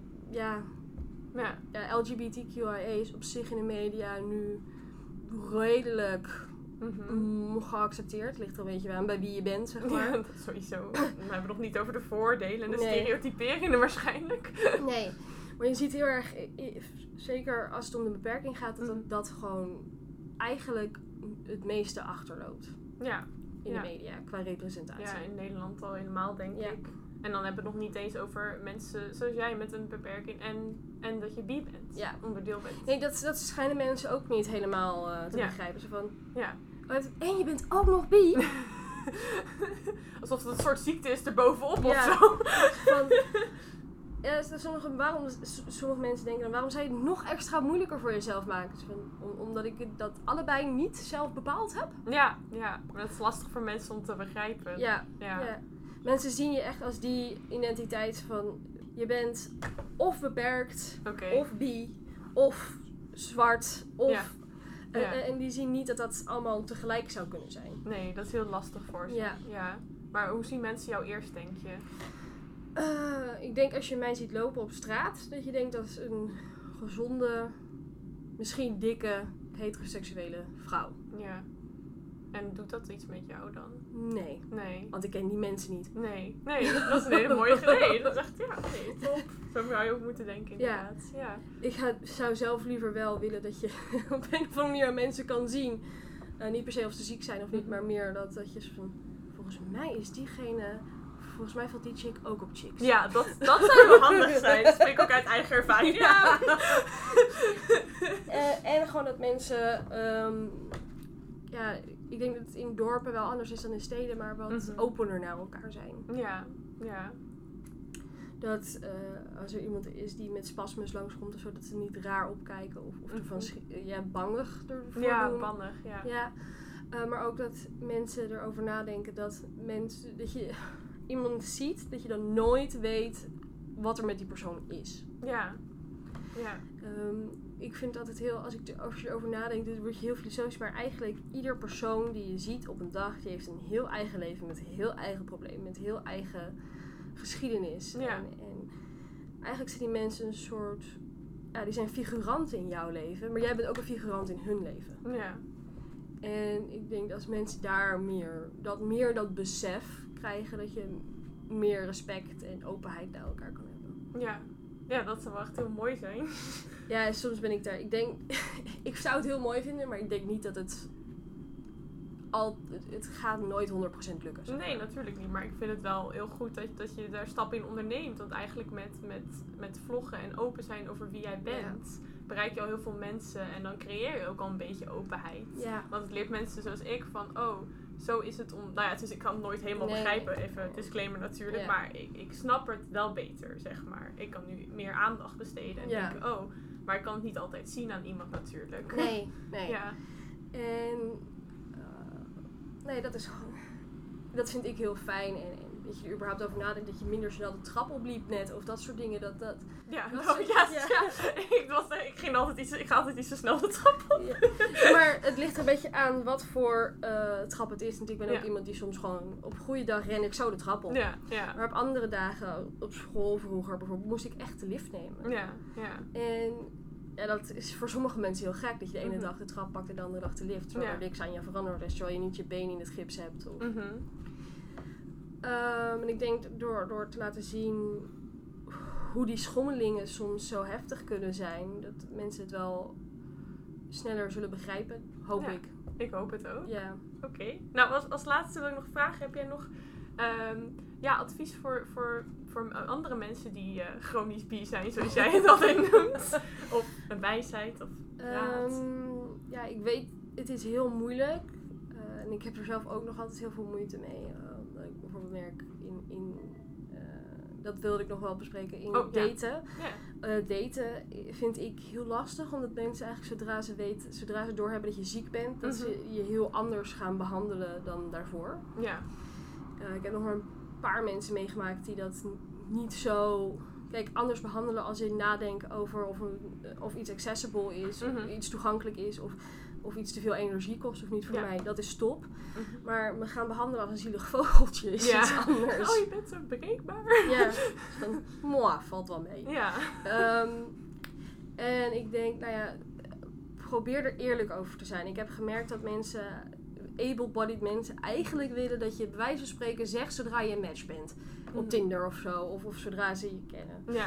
LGBTQIA is op zich in de media nu redelijk... geaccepteerd. Ligt er een beetje aan bij wie je bent, zeg maar. Ja, dat sowieso. We hebben nog niet over de voordelen en de stereotyperingen waarschijnlijk. Nee, maar je ziet heel erg, zeker als het om de beperking gaat, dat gewoon eigenlijk het meeste achterloopt. Ja. In de media, qua representatie. Ja, in Nederland al helemaal, denk ik. En dan hebben we het nog niet eens over mensen zoals jij met een beperking en dat je bi bent. Ja. Onderdeel bent. Nee, dat schijnen mensen ook niet helemaal te begrijpen. Zo van, en je bent ook nog bi? Alsof het een soort ziekte is erbovenop of zo. Sommige mensen denken dan, waarom zou je het nog extra moeilijker voor jezelf maken? Dus omdat ik dat allebei niet zelf bepaald heb? Ja, maar dat is lastig voor mensen om te begrijpen. Ja. Mensen zien je echt als die identiteit van, je bent of beperkt, of bi, of zwart, of... En die zien niet dat dat allemaal tegelijk zou kunnen zijn. Nee, dat is heel lastig voor ze. Ja. Maar hoe zien mensen jou eerst, denk je? Ik denk als je mij ziet lopen op straat, dat je denkt dat is een gezonde, misschien dikke, heteroseksuele vrouw. Ja. En doet dat iets met jou dan? Nee. Want ik ken die mensen niet. Nee, dat is een hele mooie gereden. Dat is echt, top. Zo zou je ook moeten denken, inderdaad. Ja. Ik zou zelf liever wel willen dat je op een of andere manier mensen kan zien. Niet per se of ze ziek zijn of niet, maar meer dat je van, volgens mij is diegene... Volgens mij valt die chick ook op chicks. Ja, dat zou wel handig zijn. Dat spreek ik ook uit eigen ervaring. Ja. En gewoon dat mensen... ik denk dat het in dorpen wel anders is dan in steden, maar wat opener naar elkaar zijn. Ja. Dat als er iemand is die met spasmus langskomt of zo, dat ze niet raar opkijken of ervan bangig ervoor doen. Ja, bangig, ja. Maar ook dat mensen erover nadenken dat je iemand ziet, dat je dan nooit weet wat er met die persoon is. Ja. ik vind altijd heel, als je erover nadenkt, dan word je heel filosofisch. Maar eigenlijk, ieder persoon die je ziet op een dag, die heeft een heel eigen leven met heel eigen problemen, met heel eigen geschiedenis. Ja. En eigenlijk zijn die mensen een soort, die zijn figuranten in jouw leven, maar jij bent ook een figurant in hun leven. Ja. En ik denk dat als mensen daar meer dat besef krijgen, dat je meer respect en openheid naar elkaar kan hebben. Ja, dat zou wel echt heel mooi zijn. Ja, soms ben ik daar. Ik denk, ik zou het heel mooi vinden, maar ik denk niet dat het gaat nooit 100% lukken. Zeg maar. Nee, natuurlijk niet. Maar ik vind het wel heel goed dat je daar stappen in onderneemt. Want eigenlijk met vloggen en open zijn over wie jij bent, bereik je al heel veel mensen. En dan creëer je ook al een beetje openheid. Ja. Want het leert mensen zoals ik van, zo is het om... Nou ja, dus ik kan het nooit helemaal begrijpen. Even disclaimer natuurlijk. Ja. Maar ik snap het wel beter, zeg maar. Ik kan nu meer aandacht besteden. En denken, maar ik kan het niet altijd zien aan iemand natuurlijk. Nee. Ja. En dat vind ik heel fijn. En dat je er überhaupt over nadenkt dat je minder snel de trap opliep net. Of dat soort dingen. Ik ga altijd iets te snel de trap op. Ja. Maar het ligt er een beetje aan wat voor trap het is. Want ik ben ook iemand die soms gewoon op een goede dag ren ik zo de trap op. Ja. Maar op andere dagen, op school vroeger bijvoorbeeld, moest ik echt de lift nemen. Ja. En dat is voor sommige mensen heel gek. Dat je de ene dag de trap pakt en de andere dag de lift. Terwijl er niks aan je veranderd is. Terwijl je niet je been in het gips hebt. Of... en ik denk door te laten zien hoe die schommelingen soms zo heftig kunnen zijn, dat mensen het wel sneller zullen begrijpen. Hoop ik. Ik hoop het ook. Ja. Oké. Nou, als laatste wil ik nog vragen, heb jij nog advies voor andere mensen die chronisch bi zijn, zoals jij het altijd noemt? Of een wijsheid of raad? Ik weet, het is heel moeilijk. En ik heb er zelf ook nog altijd heel veel moeite mee. Dat ik bijvoorbeeld merk dat wilde ik nog wel bespreken in daten. Ja. Daten vind ik heel lastig, omdat mensen eigenlijk zodra ze doorhebben dat je ziek bent, dat ze je heel anders gaan behandelen dan daarvoor. Ja. Ik heb nog maar een paar mensen meegemaakt die dat niet zo... Kijk, anders behandelen als in nadenken over of iets accessible is, of iets toegankelijk is, of iets te veel energie kost of niet voor mij. Dat is top. Maar me gaan behandelen als een zielig vogeltje is iets anders. Oh, je bent zo breekbaar. Ja, van, valt wel mee. Ja. En ik denk, probeer er eerlijk over te zijn. Ik heb gemerkt dat mensen, able-bodied mensen, eigenlijk willen dat je bij wijze van spreken zegt zodra je een match bent. Op Tinder of zo, of zodra ze je kennen. Ja.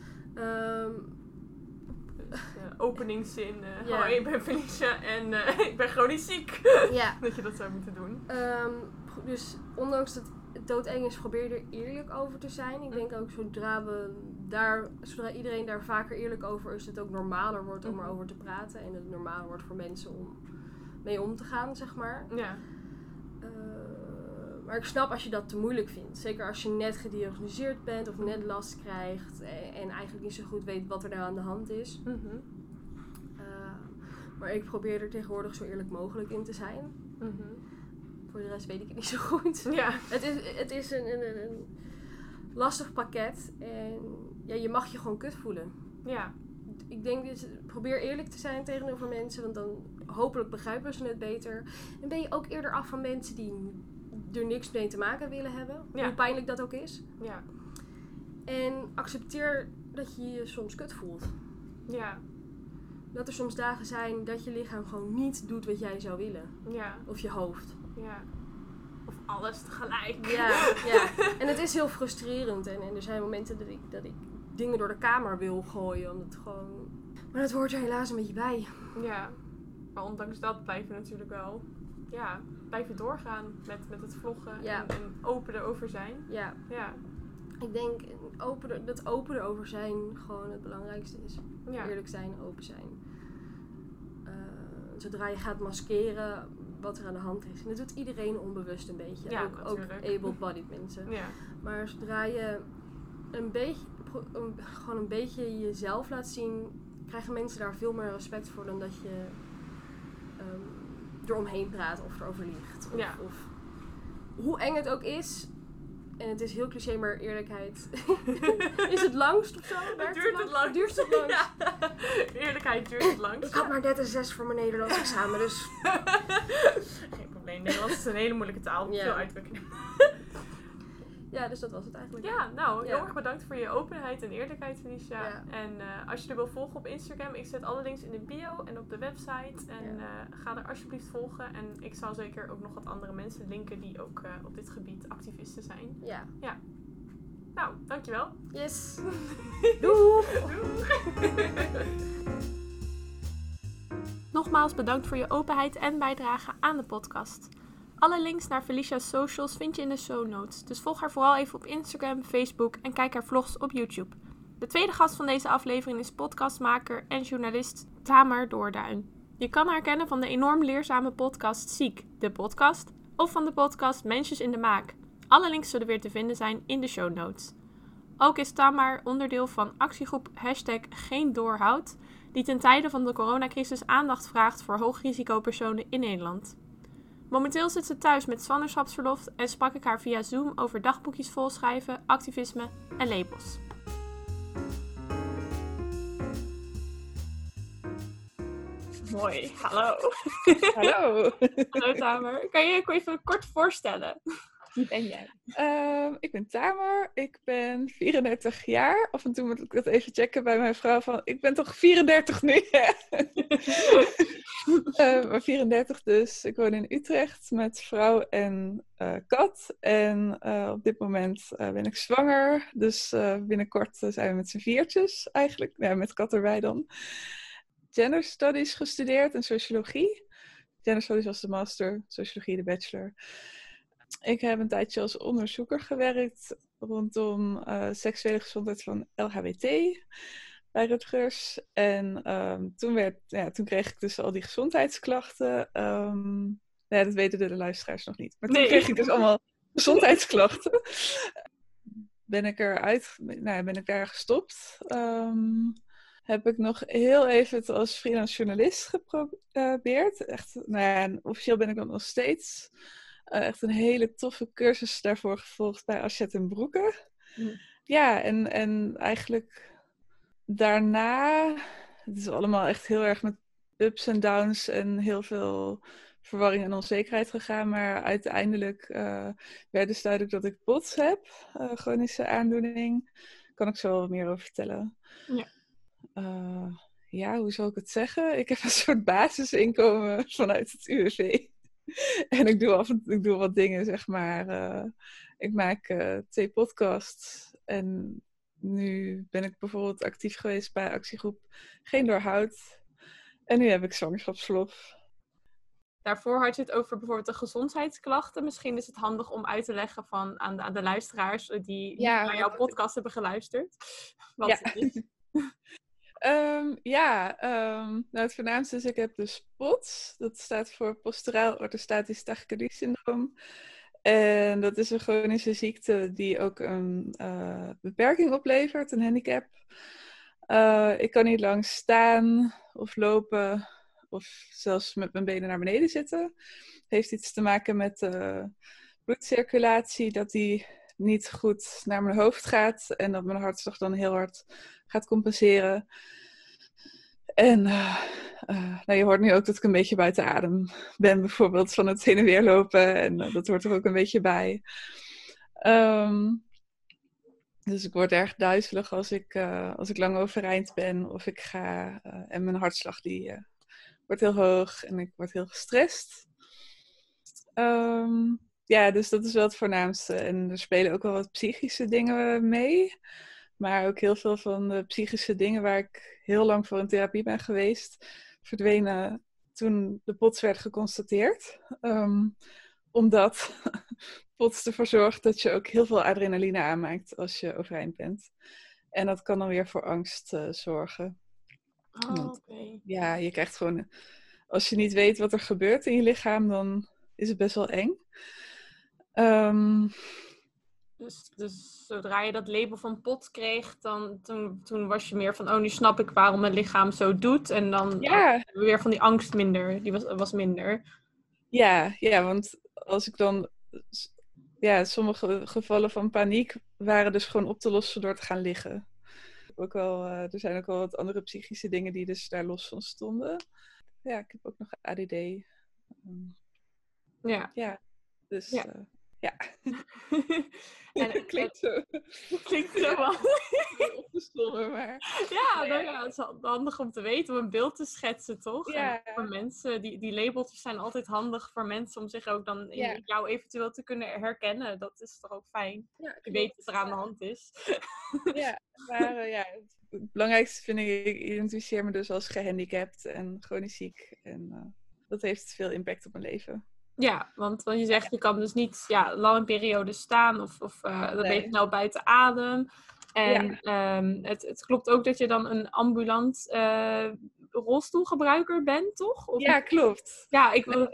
Openingszin. Ik ben Felicia en ik ben chronisch ziek. Ja. Dat je dat zou moeten doen. Dus ondanks dat het doodeng is, probeer er eerlijk over te zijn. Ik denk ook zodra iedereen daar vaker eerlijk over is, het ook normaler wordt om erover te praten. En het normaal wordt voor mensen om mee om te gaan, zeg maar. Ja. Maar ik snap als je dat te moeilijk vindt. Zeker als je net gediagnosticeerd bent of net last krijgt en eigenlijk niet zo goed weet wat er nou aan de hand is. Maar ik probeer er tegenwoordig zo eerlijk mogelijk in te zijn. Voor de rest weet ik het niet zo goed. Ja. Het is een lastig pakket en je mag je gewoon kut voelen. Ja. Ik denk dus, probeer eerlijk te zijn tegenover mensen, want dan hopelijk begrijpen ze het beter. En ben je ook eerder af van mensen die er niks mee te maken willen hebben. Ja. Hoe pijnlijk dat ook is. Ja. En accepteer dat je je soms kut voelt. Ja. Dat er soms dagen zijn dat je lichaam gewoon niet doet wat jij zou willen. Ja. Of je hoofd. Ja. Of alles tegelijk. Ja. En het is heel frustrerend. En er zijn momenten dat ik dingen door de kamer wil gooien. Omdat gewoon... Maar dat hoort er helaas een beetje bij. Ja. Maar ondanks dat blijven natuurlijk wel... Ja, blijven doorgaan met het vloggen en open erover zijn. Ja. Ik denk dat open erover zijn gewoon het belangrijkste is. Ja. Eerlijk zijn, open zijn. Zodra je gaat maskeren wat er aan de hand is. En dat doet iedereen onbewust een beetje. Ja, ook able-bodied mensen. Ja. Maar zodra je gewoon een beetje jezelf laat zien, krijgen mensen daar veel meer respect voor dan dat je eromheen praat of erover liegt. Of hoe eng het ook is, En het is heel cliché, maar eerlijkheid is het langst of zo? Het duurt het langst. Duurt het langst. Ja. Eerlijkheid duurt het langst. Ik had maar net een 6 voor mijn Nederlands examen, dus... Geen probleem. Nederlands is een hele moeilijke taal. Ja. Veel uitdrukkingen. Ja, dus dat was het eigenlijk. Ja, nou, heel Ja. erg bedankt voor je openheid en eerlijkheid, Felicia. Ja. En als je er wil volgen op Instagram, ik zet alle links in de bio en op de website. En ga er alsjeblieft volgen. En ik zal zeker ook nog wat andere mensen linken die ook op dit gebied activisten zijn. Ja. Nou, dankjewel. Yes. Doeg! Nogmaals bedankt voor je openheid en bijdrage aan de podcast. Alle links naar Felicia's socials vind je in de show notes, dus volg haar vooral even op Instagram, Facebook en kijk haar vlogs op YouTube. De tweede gast van deze aflevering is podcastmaker en journalist Tamer Doorduin. Je kan haar kennen van de enorm leerzame podcast Ziek, de podcast, of van de podcast Mensjes in de Maak. Alle links zullen weer te vinden zijn in de show notes. Ook is Tamer onderdeel van actiegroep #GeenDoorhoud, die ten tijde van de coronacrisis aandacht vraagt voor hoogrisicopersonen in Nederland. Momenteel zit ze thuis met zwangerschapsverlof en sprak ik haar via Zoom over dagboekjes volschrijven, activisme en labels. Mooi, hallo. Hallo. Hallo Tamer. Kan je je even kort voorstellen? Wie ben jij? Ik ben Tamer, ik ben 34 jaar. Af en toe moet ik dat even checken bij mijn vrouw van, ik ben toch 34 nu? Maar 34 dus. Ik woon in Utrecht met vrouw en kat. En op dit moment ben ik zwanger. Dus binnenkort zijn we met z'n viertjes eigenlijk. Ja, met kat erbij dan. Gender Studies gestudeerd en sociologie. Gender Studies was de master, sociologie de bachelor. Ik heb een tijdje als onderzoeker gewerkt rondom seksuele gezondheid van LHBT bij Rutgers. En toen kreeg ik dus al die gezondheidsklachten. Dat weten de luisteraars nog niet. Maar toen kreeg ik dus allemaal gezondheidsklachten. Ben ik daar gestopt. Heb ik nog heel even het als freelance journalist geprobeerd. Echt, en officieel ben ik dat nog steeds. Echt een hele toffe cursus daarvoor gevolgd bij Aschet en Broeke. Ja, en eigenlijk daarna, het is allemaal echt heel erg met ups en downs en heel veel verwarring en onzekerheid gegaan. Maar uiteindelijk werd dus duidelijk dat ik POTS heb, chronische aandoening. Daar kan ik zo wel meer over vertellen. Ja. Hoe zal ik het zeggen? Ik heb een soort basisinkomen vanuit het UWV. En ik doe wat dingen, zeg maar. Ik maak 2 podcasts. En nu ben ik bijvoorbeeld actief geweest bij actiegroep GeenDoorhoud. En nu heb ik zwangerschapsverlof. Daarvoor had je het over bijvoorbeeld de gezondheidsklachten. Misschien is het handig om uit te leggen aan de luisteraars die naar jouw podcast hebben geluisterd. Wat het is. Het voornaamste is, ik heb dus POTS. Dat staat voor posturaal orthostatisch tachycardie-syndroom. En dat is een chronische ziekte die ook een beperking oplevert, een handicap. Ik kan niet lang staan of lopen of zelfs met mijn benen naar beneden zitten. Het heeft iets te maken met bloedcirculatie, dat die niet goed naar mijn hoofd gaat en dat mijn hartslag dan heel hard gaat compenseren. En je hoort nu ook dat ik een beetje buiten adem ben, bijvoorbeeld van het heen en weer lopen. En dat hoort er ook een beetje bij. Dus ik word erg duizelig als ik lang overeind ben of ik ga. En mijn hartslag die wordt heel hoog en ik word heel gestrest. Dus dat is wel het voornaamste. En er spelen ook wel wat psychische dingen mee. Maar ook heel veel van de psychische dingen waar ik heel lang voor in therapie ben geweest, verdwenen toen de POTS werd geconstateerd. Omdat POTS ervoor zorgt dat je ook heel veel adrenaline aanmaakt als je overeind bent. En dat kan dan weer voor angst zorgen. Oké. Ja, je krijgt gewoon, als je niet weet wat er gebeurt in je lichaam, dan is het best wel eng. Dus zodra je dat label van POTS kreeg, toen was je meer van, nu snap ik waarom mijn lichaam zo doet. En dan weer van die angst minder, die was minder. Ja, want als ik dan ja, sommige gevallen van paniek waren dus gewoon op te lossen door te gaan liggen. Ook wel, er zijn ook wel wat andere psychische dingen die dus daar los van stonden. Ja, ik heb ook nog ADD. Ja. Ja, dus Ja. ja. En Klinkt zo. klinkt zo wel. Op te sommen, maar... Ja, nou ja, het is handig om te weten, om een beeld te schetsen, toch? Ja. En voor mensen, die labeltjes zijn altijd handig voor mensen om zich ook dan in jou eventueel te kunnen herkennen. Dat is toch ook fijn? Ja, Je weet wat er aan de hand is. Ja, maar het belangrijkste vind ik identificeer me dus als gehandicapt en chronisch ziek. En dat heeft veel impact op mijn leven. Ja, want je zegt, je kan dus niet lange periodes staan of dan ben je Nee. snel buiten adem. En het klopt ook dat je dan een ambulant rolstoelgebruiker bent, toch? Of... Ja, klopt. Ja, ik wil...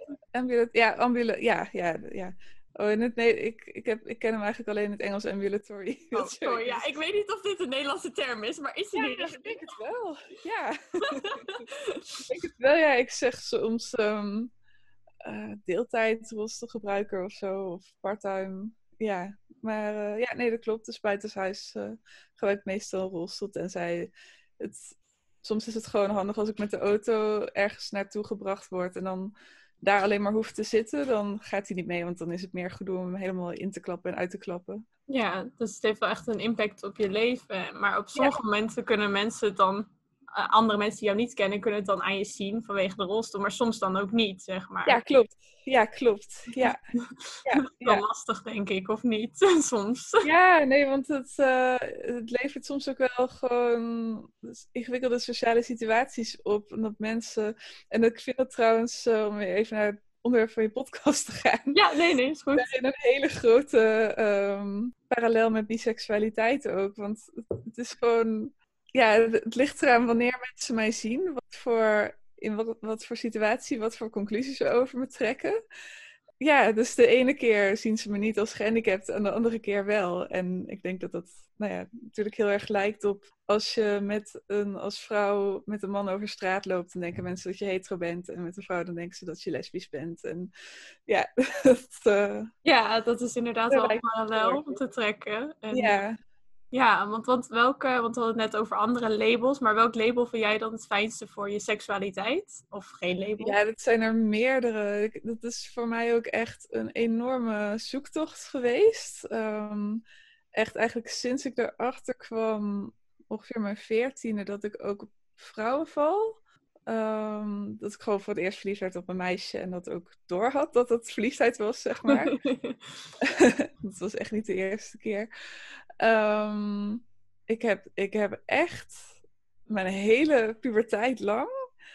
Ja. Oh, ik ken hem eigenlijk alleen in het Engels ambulatory. Oh, sorry, ja, ik weet niet of dit een Nederlandse term is, maar is die niet ik denk het wel. Ja. Ik denk het wel, ja. Ik zeg soms deeltijd rolstoelgebruiker of zo, of parttime. Ja, maar nee, dat klopt. Dus buitenshuis gebruik ik meestal een rolstoel, tenzij soms is het gewoon handig als ik met de auto ergens naartoe gebracht word en dan daar alleen maar hoef te zitten, dan gaat hij niet mee, want dan is het meer gedoe om hem helemaal in te klappen en uit te klappen. Ja, dus het heeft wel echt een impact op je leven. Maar op sommige momenten kunnen mensen het dan, andere mensen die jou niet kennen, kunnen het dan aan je zien vanwege de rolstoel, maar soms dan ook niet, zeg maar. Ja, klopt. Ja. Dat is wel lastig, denk ik, of niet? Soms. Ja, nee, want het levert soms ook wel gewoon ingewikkelde sociale situaties op. En dat mensen... En ik vind dat trouwens, om weer even naar het onderwerp van je podcast te gaan. Ja, nee, is goed. Daarin een hele grote parallel met biseksualiteit ook. Want het is gewoon... Ja, het ligt eraan wanneer mensen mij zien. Wat voor situatie, wat voor conclusies ze over me trekken. Ja, dus de ene keer zien ze me niet als gehandicapt en de andere keer wel. En ik denk dat dat natuurlijk heel erg lijkt op als je als vrouw met een man over straat loopt, dan denken mensen dat je hetero bent. En met een vrouw dan denken ze dat je lesbisch bent. En ja, dat is inderdaad wel een parallel om te trekken. En, ja, want we hadden het net over andere labels, maar welk label vind jij dan het fijnste voor je seksualiteit? Of geen label? Ja, dat zijn er meerdere. Dat is voor mij ook echt een enorme zoektocht geweest. Echt eigenlijk sinds ik erachter kwam, ongeveer mijn 14e, dat ik ook op vrouwen val. Dat ik gewoon voor het eerst verliefd werd op een meisje en dat ook doorhad dat het verliefdheid was, zeg maar. Dat was echt niet de eerste keer. Ik heb echt mijn hele puberteit lang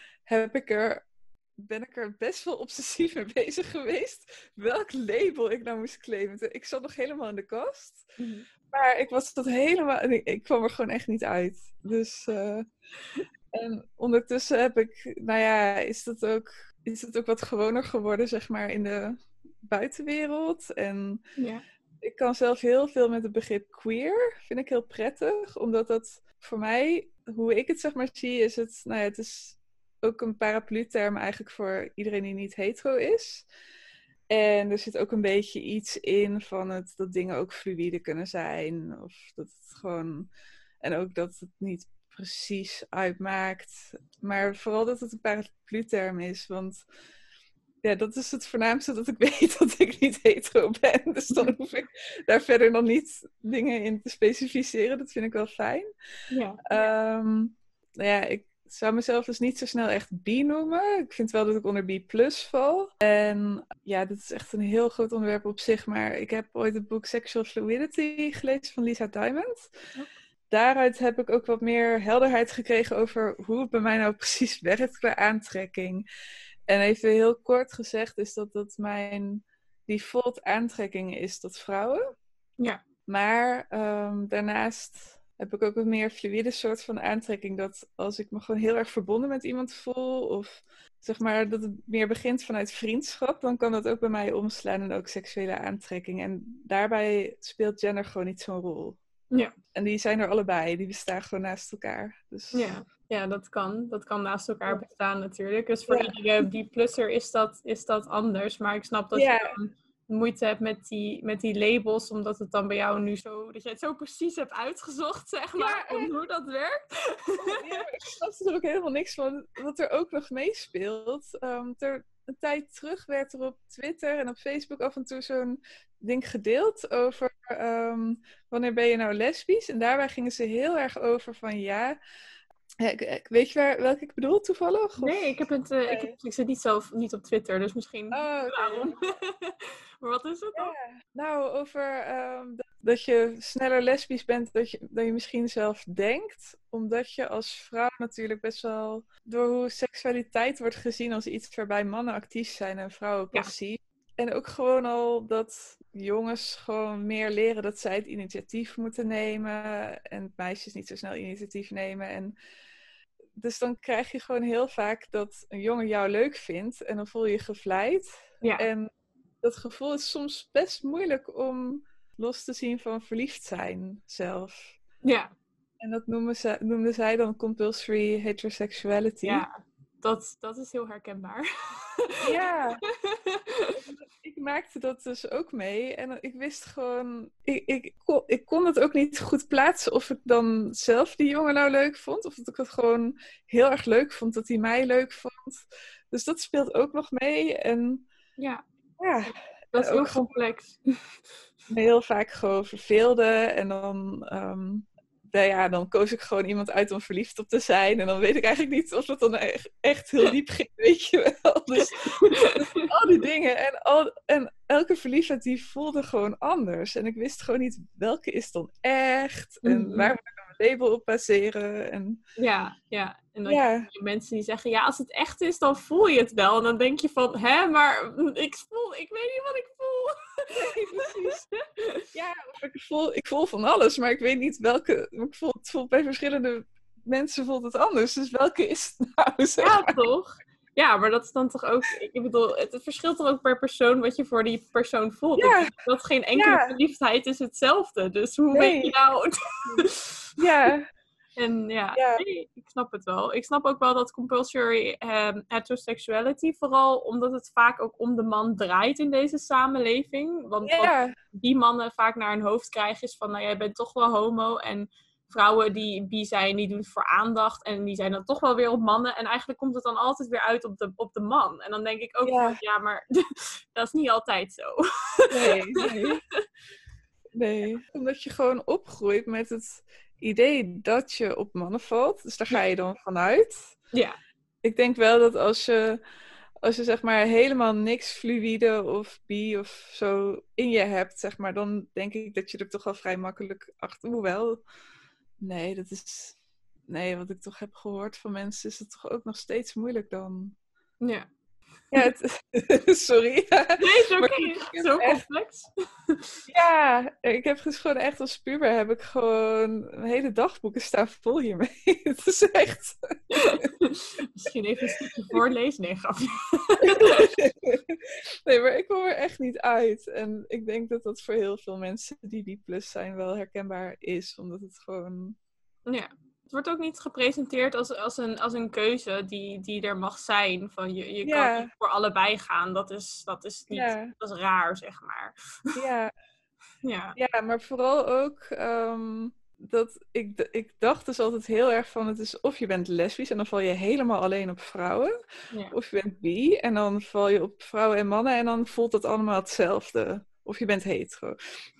ben ik er best wel obsessief mee bezig geweest welk label ik nou moest claimen. Ik zat nog helemaal in de kast, maar ik kwam er gewoon echt niet uit. Dus en ondertussen is het ook wat gewoner geworden, zeg maar, in de buitenwereld. En ik kan zelf heel veel met het begrip queer, vind ik heel prettig, omdat dat voor mij, hoe ik het zeg maar zie, is het is ook een paraplu-term eigenlijk voor iedereen die niet hetero is. En er zit ook een beetje iets in van dat dingen ook fluïde kunnen zijn. Of dat het gewoon... En ook dat het niet precies uitmaakt. Maar vooral dat het een paraplu-term is. Want ja, dat is het voornaamste dat ik weet dat ik niet hetero ben. Dus dan hoef ik daar verder nog niet dingen in te specificeren. Dat vind ik wel fijn. Ik zou mezelf dus niet zo snel echt bi noemen. Ik vind wel dat ik onder bi+ val. En ja, dit is echt een heel groot onderwerp op zich. Maar ik heb ooit het boek Sexual Fluidity gelezen van Lisa Diamond. Daaruit heb ik ook wat meer helderheid gekregen over hoe het bij mij nou precies werkt qua aantrekking. En even heel kort gezegd is dat mijn default aantrekking is tot vrouwen. Ja. Maar daarnaast heb ik ook een meer fluïde soort van aantrekking. Dat als ik me gewoon heel erg verbonden met iemand voel, of zeg maar dat het meer begint vanuit vriendschap, dan kan dat ook bij mij omslaan en ook seksuele aantrekking. En daarbij speelt gender gewoon niet zo'n rol. Ja. En die zijn er allebei, die bestaan gewoon naast elkaar. Dus... Ja, dat kan naast elkaar bestaan natuurlijk. Dus voor iedere bi+er is dat anders. Maar ik snap dat je moeite hebt met die labels, omdat het dan bij jou nu zo, dat je het zo precies hebt uitgezocht, zeg maar, Ja, hoe dat werkt. Ja, maar ik snapte er ook helemaal niks van. Wat er ook nog meespeelt. Een tijd terug werd er op Twitter en op Facebook af en toe zo'n ding gedeeld over wanneer ben je nou lesbisch? En daarbij gingen ze heel erg over van weet je welke ik bedoel toevallig? Nee, ik zit niet op Twitter, dus misschien Oh, oké. daarom. Maar wat is het dan? Ja, nou, over dat je sneller lesbisch bent dan je misschien zelf denkt. Omdat je als vrouw natuurlijk best wel door hoe seksualiteit wordt gezien als iets waarbij mannen actief zijn en vrouwen Ja. passief. En ook gewoon al dat jongens gewoon meer leren dat zij het initiatief moeten nemen. En meisjes niet zo snel initiatief nemen. En dus dan krijg je gewoon heel vaak dat een jongen jou leuk vindt. En dan voel je je gevleid. Ja. En dat gevoel is soms best moeilijk om los te zien van verliefd zijn zelf. Ja. En dat noemde zij dan compulsory heterosexuality. Ja, dat is heel herkenbaar. Ja. Ik maakte dat dus ook mee. En ik wist gewoon... Ik kon het ook niet goed plaatsen of ik dan zelf die jongen nou leuk vond. Of dat ik het gewoon heel erg leuk vond dat hij mij leuk vond. Dus dat speelt ook nog mee. En ja, dat dat is heel ook complex. me heel vaak gewoon verveelde. En dan koos ik gewoon iemand uit om verliefd op te zijn. En dan weet ik eigenlijk niet of dat dan echt heel diep ging, weet je wel. Dus al die dingen. En elke verliefdheid die voelde gewoon anders. En ik wist gewoon niet welke is dan echt. En waar moet ik dan mijn label op baseren. En Ja. En dan heb je mensen die zeggen, ja, als het echt is, dan voel je het wel. En dan denk je van, maar ik weet niet wat ik voel. Nee, precies. Ja, ik voel van alles, maar ik weet niet welke. Het voelt bij verschillende mensen voelt het anders. Dus welke is het nou? Zeg Ja, maar. toch? Ja, maar dat is dan toch ook... Ik bedoel, het verschilt dan ook per persoon wat je voor die persoon voelt. Ja. Ik denk dat geen enkele verliefdheid is hetzelfde. Dus hoe weet je nou... Ja. En nee, ik snap het wel. Ik snap ook wel dat compulsory heterosexuality, vooral omdat het vaak ook om de man draait in deze samenleving. Want wat die mannen vaak naar hun hoofd krijgen is van, nou jij bent toch wel homo. En vrouwen die bi zijn, die doen het voor aandacht. En die zijn dan toch wel weer op mannen. En eigenlijk komt het dan altijd weer uit op de man. En dan denk ik ook van, maar dat is niet altijd zo. Nee. Omdat je gewoon opgroeit met het idee dat je op mannen valt. Dus daar ga je dan vanuit. Ja. Ik denk wel dat als je zeg maar helemaal niks fluïde of bi of zo in je hebt, zeg maar, dan denk ik dat je er toch wel vrij makkelijk achter... Hoewel, wat ik toch heb gehoord van mensen, is het toch ook nog steeds moeilijk dan. Ja. Ja, sorry. Nee, is oké. Zo complex. Ja, ik heb dus gewoon echt als puber heb ik gewoon hele dagboeken staan vol hiermee. Het is echt... Misschien even een stukje voorlezen. Nee, grapje. Nee, maar ik kom er echt niet uit. En ik denk dat dat voor heel veel mensen die B+ zijn wel herkenbaar is. Omdat het gewoon... Ja. Het wordt ook niet gepresenteerd als een keuze die er mag zijn. Van je kan niet voor allebei gaan. Dat is niet, dat is raar, zeg maar. Ja, maar vooral ook dat ik dacht dus altijd heel erg van het is of je bent lesbisch en dan val je helemaal alleen op vrouwen. Ja. Of je bent bi en dan val je op vrouwen en mannen en dan voelt dat allemaal hetzelfde. Of je bent hetero.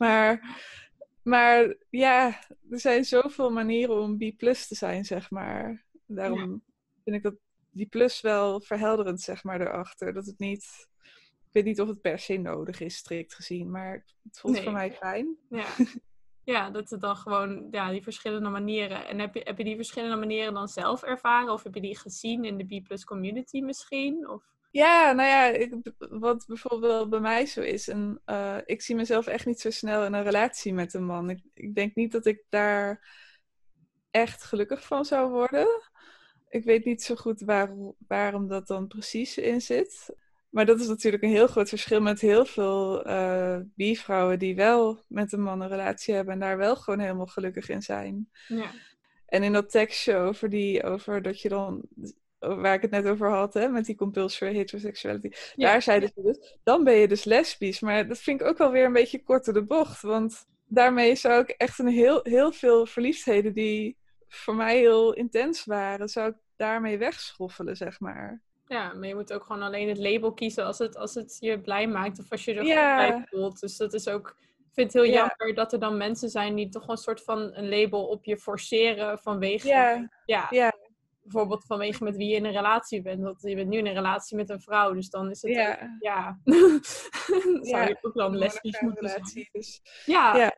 Maar ja, er zijn zoveel manieren om B+ te zijn, zeg maar. Daarom vind ik dat die plus wel verhelderend, zeg maar, erachter. Dat het niet... Ik weet niet of het per se nodig is, strikt gezien. Maar het voelt voor mij fijn. Ja, dat het dan gewoon... Ja, die verschillende manieren. En heb je die verschillende manieren dan zelf ervaren? Of heb je die gezien in de B+ community misschien? Of... Ja, nou ja, wat bijvoorbeeld bij mij zo is. En, ik zie mezelf echt niet zo snel in een relatie met een man. Ik denk niet dat ik daar echt gelukkig van zou worden. Ik weet niet zo goed waarom dat dan precies in zit. Maar dat is natuurlijk een heel groot verschil met heel veel bi-vrouwen die wel met een man een relatie hebben en daar wel gewoon helemaal gelukkig in zijn. Ja. En in dat tekstje over dat je dan waar ik het net over had, hè, met die compulsory heterosexuality. Ja. Daar zeiden ze dus, dan ben je dus lesbisch. Maar dat vind ik ook wel weer een beetje kort door de bocht. Want daarmee zou ik echt heel veel verliefdheden die voor mij heel intens waren, zou ik daarmee wegschoffelen, zeg maar. Ja, maar je moet ook gewoon alleen het label kiezen als het je blij maakt of als je er goed Ja. bij voelt. Dus dat is ook, ik vind het heel Ja. jammer dat er dan mensen zijn die toch een soort van een label op je forceren vanwege, Ja. bijvoorbeeld vanwege met wie je in een relatie bent. Want je bent nu in een relatie met een vrouw, dus dan is het Ja. zou je ook wel een lesbisch monogame moeten zijn. relatie, dus. Ja. Ja.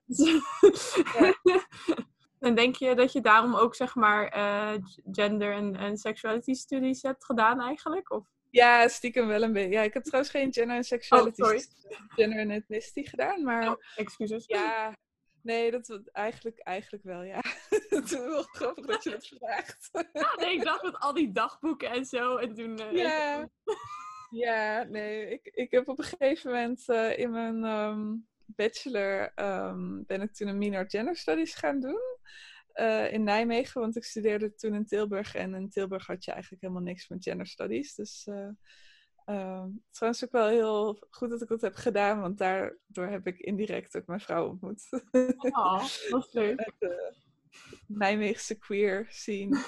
En denk je dat je daarom ook, zeg maar, gender en sexuality studies hebt gedaan eigenlijk? Of? Ja, stiekem wel een beetje. Ja, ik heb trouwens geen gender en sexuality, gender en ethnicity gedaan, maar... Oh, excuses. Ja, nee, dat eigenlijk wel, ja. Het is wel grappig dat je dat vraagt. Nee, ik dacht met al die dagboeken en zo. En toen... Ja, nee. Ik heb op een gegeven moment in mijn bachelor ben ik toen een minor gender studies gaan doen. In Nijmegen, want ik studeerde toen in Tilburg. En in Tilburg had je eigenlijk helemaal niks met gender studies. Dus trouwens ook wel heel goed dat ik dat heb gedaan. Want daardoor heb ik indirect ook mijn vrouw ontmoet. Oh, dat is leuk. De Nijmeegse queer scene.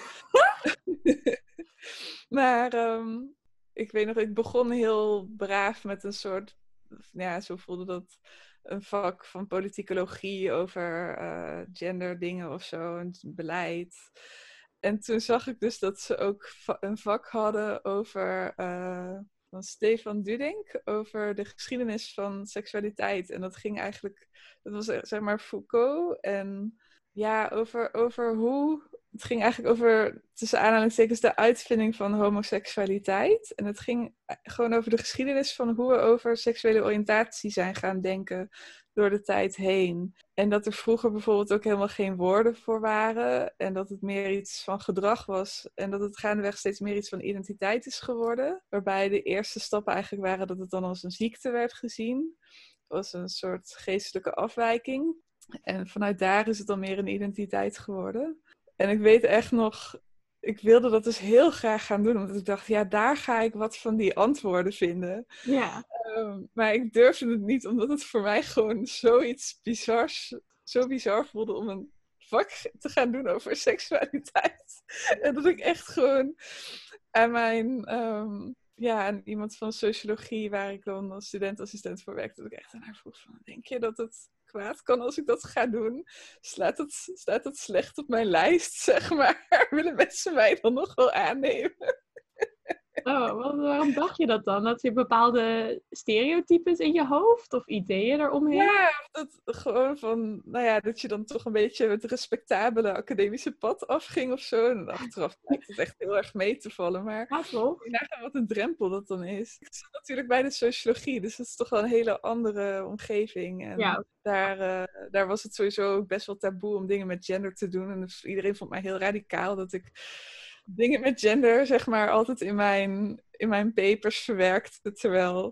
Maar ik weet nog, ik begon heel braaf met een soort... Ja, zo voelde dat... Een vak van politicologie over genderdingen of zo, en beleid. En toen zag ik dus dat ze ook een vak hadden over van Stefan Dudink, over de geschiedenis van seksualiteit. En dat ging eigenlijk, dat was zeg maar Foucault. En ja, over hoe... Het ging eigenlijk over, tussen aanhalingstekens, de uitvinding van homoseksualiteit. En het ging gewoon over de geschiedenis van hoe we over seksuele oriëntatie zijn gaan denken door de tijd heen. En dat er vroeger bijvoorbeeld ook helemaal geen woorden voor waren. En dat het meer iets van gedrag was. En dat het gaandeweg steeds meer iets van identiteit is geworden. Waarbij de eerste stappen eigenlijk waren dat het dan als een ziekte werd gezien. Als een soort geestelijke afwijking. En vanuit daar is het dan meer een identiteit geworden. En ik weet echt nog, ik wilde dat dus heel graag gaan doen. Want ik dacht, ja, daar ga ik wat van die antwoorden vinden. Ja. Maar ik durfde het niet, omdat het voor mij gewoon zoiets bizars, zo bizar voelde om een vak te gaan doen over seksualiteit. En dat ik echt gewoon aan aan iemand van sociologie, waar ik dan als studentassistent voor werkte, dat ik echt aan haar vroeg van, denk je dat het kwaad kan als ik dat ga doen? Staat het slecht op mijn lijst, zeg maar? Willen mensen mij dan nog wel aannemen? Oh, waarom dacht je dat dan? Dat je bepaalde stereotypes in je hoofd of ideeën eromheen? Ja, dat gewoon van, nou ja, dat je dan toch een beetje het respectabele academische pad afging of zo. En achteraf lijkt het echt heel erg mee te vallen. Maar Ja, toch? je nagaan wat een drempel dat dan is. Ik zit natuurlijk bij de sociologie, dus dat is toch wel een hele andere omgeving. En Ja. daar was het sowieso ook best wel taboe om dingen met gender te doen. En dus iedereen vond mij heel radicaal dat ik dingen met gender, zeg maar, altijd in mijn papers verwerkte. Terwijl,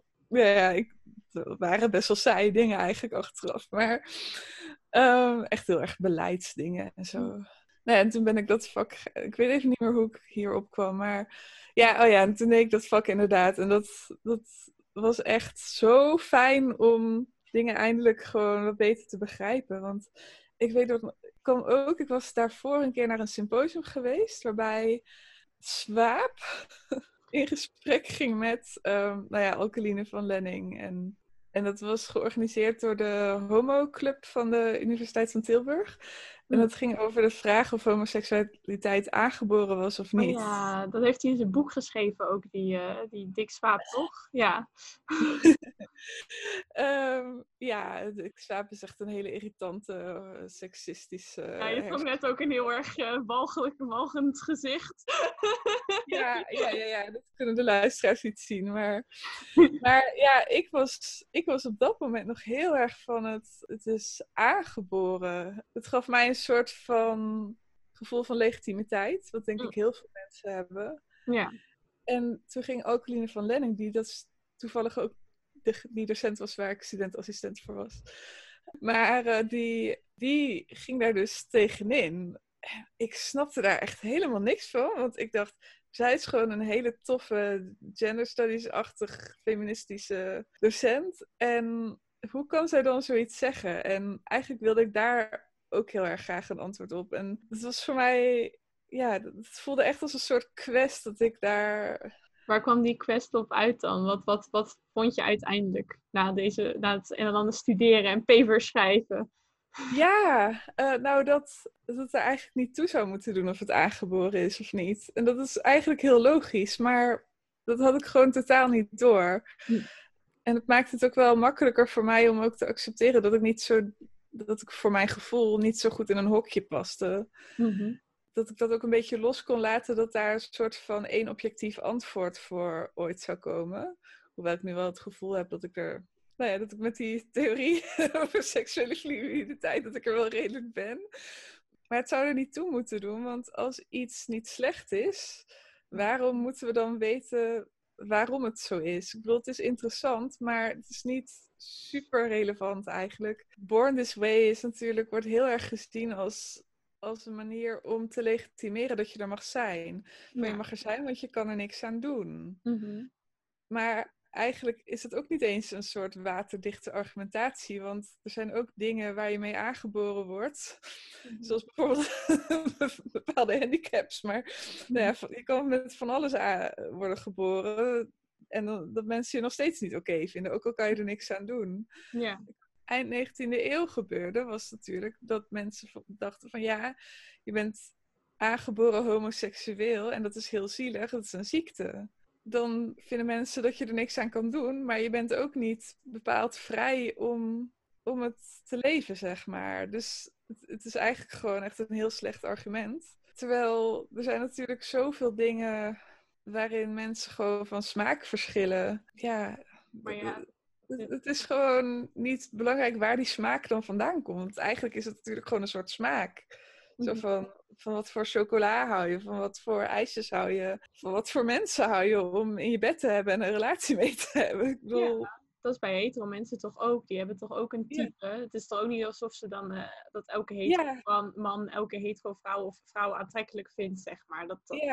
het waren best wel saaie dingen eigenlijk achteraf. Maar echt heel erg beleidsdingen en zo. Nou ja, en toen ben ik dat vak... Ik weet even niet meer hoe ik hierop kwam, maar... en toen deed ik dat vak inderdaad. En dat was echt zo fijn om dingen eindelijk gewoon wat beter te begrijpen. Want ik weet dat... Ik was daarvoor een keer naar een symposium geweest, waarbij Swaap in gesprek ging met Alkeline van Lenning. En dat was georganiseerd door de Homo Club van de Universiteit van Tilburg. En dat ging over de vraag of homoseksualiteit aangeboren was of niet. Oh ja, dat heeft hij in zijn boek geschreven ook, die Dick Swaap, toch? Ja. Dick Swaap is echt een hele irritante, seksistische... Ja, je had net ook een heel erg walgend gezicht. Ja, dat kunnen de luisteraars niet zien. Maar ja, ik was op dat moment nog heel erg van het is aangeboren. Het gaf mij een soort van gevoel van legitimiteit, wat denk ik heel veel mensen hebben. Ja. En toen ging Alkeline van Lenning, die dat toevallig ook die docent was waar ik studentassistent voor was. Maar die ging daar dus tegenin. Ik snapte daar echt helemaal niks van, want ik dacht, zij is gewoon een hele toffe gender studies-achtig feministische docent. En hoe kan zij dan zoiets zeggen? En eigenlijk wilde ik daar ook heel erg graag een antwoord op. En het was voor mij, ja, het voelde echt als een soort quest dat ik daar... Waar kwam die quest op uit dan? Wat vond je uiteindelijk na het een en ander studeren en papers schrijven? Ja, nou dat het er eigenlijk niet toe zou moeten doen of het aangeboren is of niet. En dat is eigenlijk heel logisch, maar dat had ik gewoon totaal niet door. Hm. En het maakt het ook wel makkelijker voor mij om ook te accepteren dat ik voor mijn gevoel niet zo goed in een hokje paste. Mm-hmm. Dat ik dat ook een beetje los kon laten, dat daar een soort van één objectief antwoord voor ooit zou komen. Hoewel ik nu wel het gevoel heb dat dat ik met die theorie over seksuele fluiditeit, dat ik er wel redelijk ben. Maar het zou er niet toe moeten doen, want als iets niet slecht is, waarom moeten we dan weten waarom het zo is? Ik bedoel, het is interessant, maar het is niet super relevant eigenlijk. Born This Way wordt heel erg gezien als een manier om te legitimeren dat je er mag zijn. Maar je mag er zijn, want je kan er niks aan doen. Mm-hmm. Maar eigenlijk is het ook niet eens een soort waterdichte argumentatie, want er zijn ook dingen waar je mee aangeboren wordt. Mm-hmm. Zoals bijvoorbeeld bepaalde handicaps. Maar nou ja, je kan met van alles worden geboren en dat mensen je nog steeds niet oké vinden, ook al kan je er niks aan doen. Ja. Eind 19e eeuw gebeurde, was natuurlijk dat mensen dachten van ja, je bent aangeboren homoseksueel en dat is heel zielig, dat is een ziekte. Dan vinden mensen dat je er niks aan kan doen, maar je bent ook niet bepaald vrij om het te leven, zeg maar. Dus het is eigenlijk gewoon echt een heel slecht argument. Terwijl er zijn natuurlijk zoveel dingen waarin mensen gewoon van smaak verschillen. Ja, maar ja. Het is gewoon niet belangrijk waar die smaak dan vandaan komt. Want eigenlijk is het natuurlijk gewoon een soort smaak. Zo van wat voor chocola hou je, van wat voor ijsjes hou je, van wat voor mensen hou je om in je bed te hebben en een relatie mee te hebben. Ik bedoel... Ja, dat is bij hetero mensen toch ook. Die hebben toch ook een type. Ja. Het is toch ook niet alsof ze dan dat elke hetero man elke hetero vrouw of vrouw aantrekkelijk vindt, zeg maar.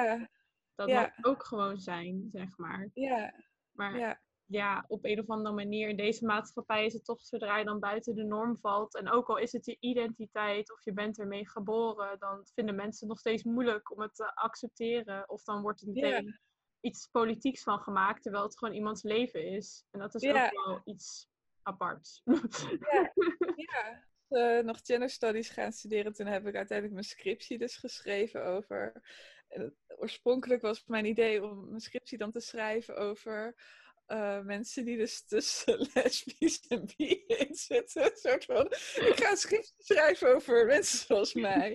Dat mag ook gewoon zijn, zeg maar. Ja. Maar ja, op een of andere manier in deze maatschappij is het toch, zodra je dan buiten de norm valt, en ook al is het je identiteit of je bent ermee geboren, dan vinden mensen nog steeds moeilijk om het te accepteren. Of dan wordt er meteen iets politieks van gemaakt, terwijl het gewoon iemands leven is. En dat is ook wel iets aparts. Nog gender studies gaan studeren, toen heb ik uiteindelijk mijn scriptie dus geschreven over... Oorspronkelijk was mijn idee om mijn scriptie dan te schrijven over... mensen die dus tussen lesbisch en bi in zitten. Een soort van, ik ga een schrift schrijven over mensen zoals mij.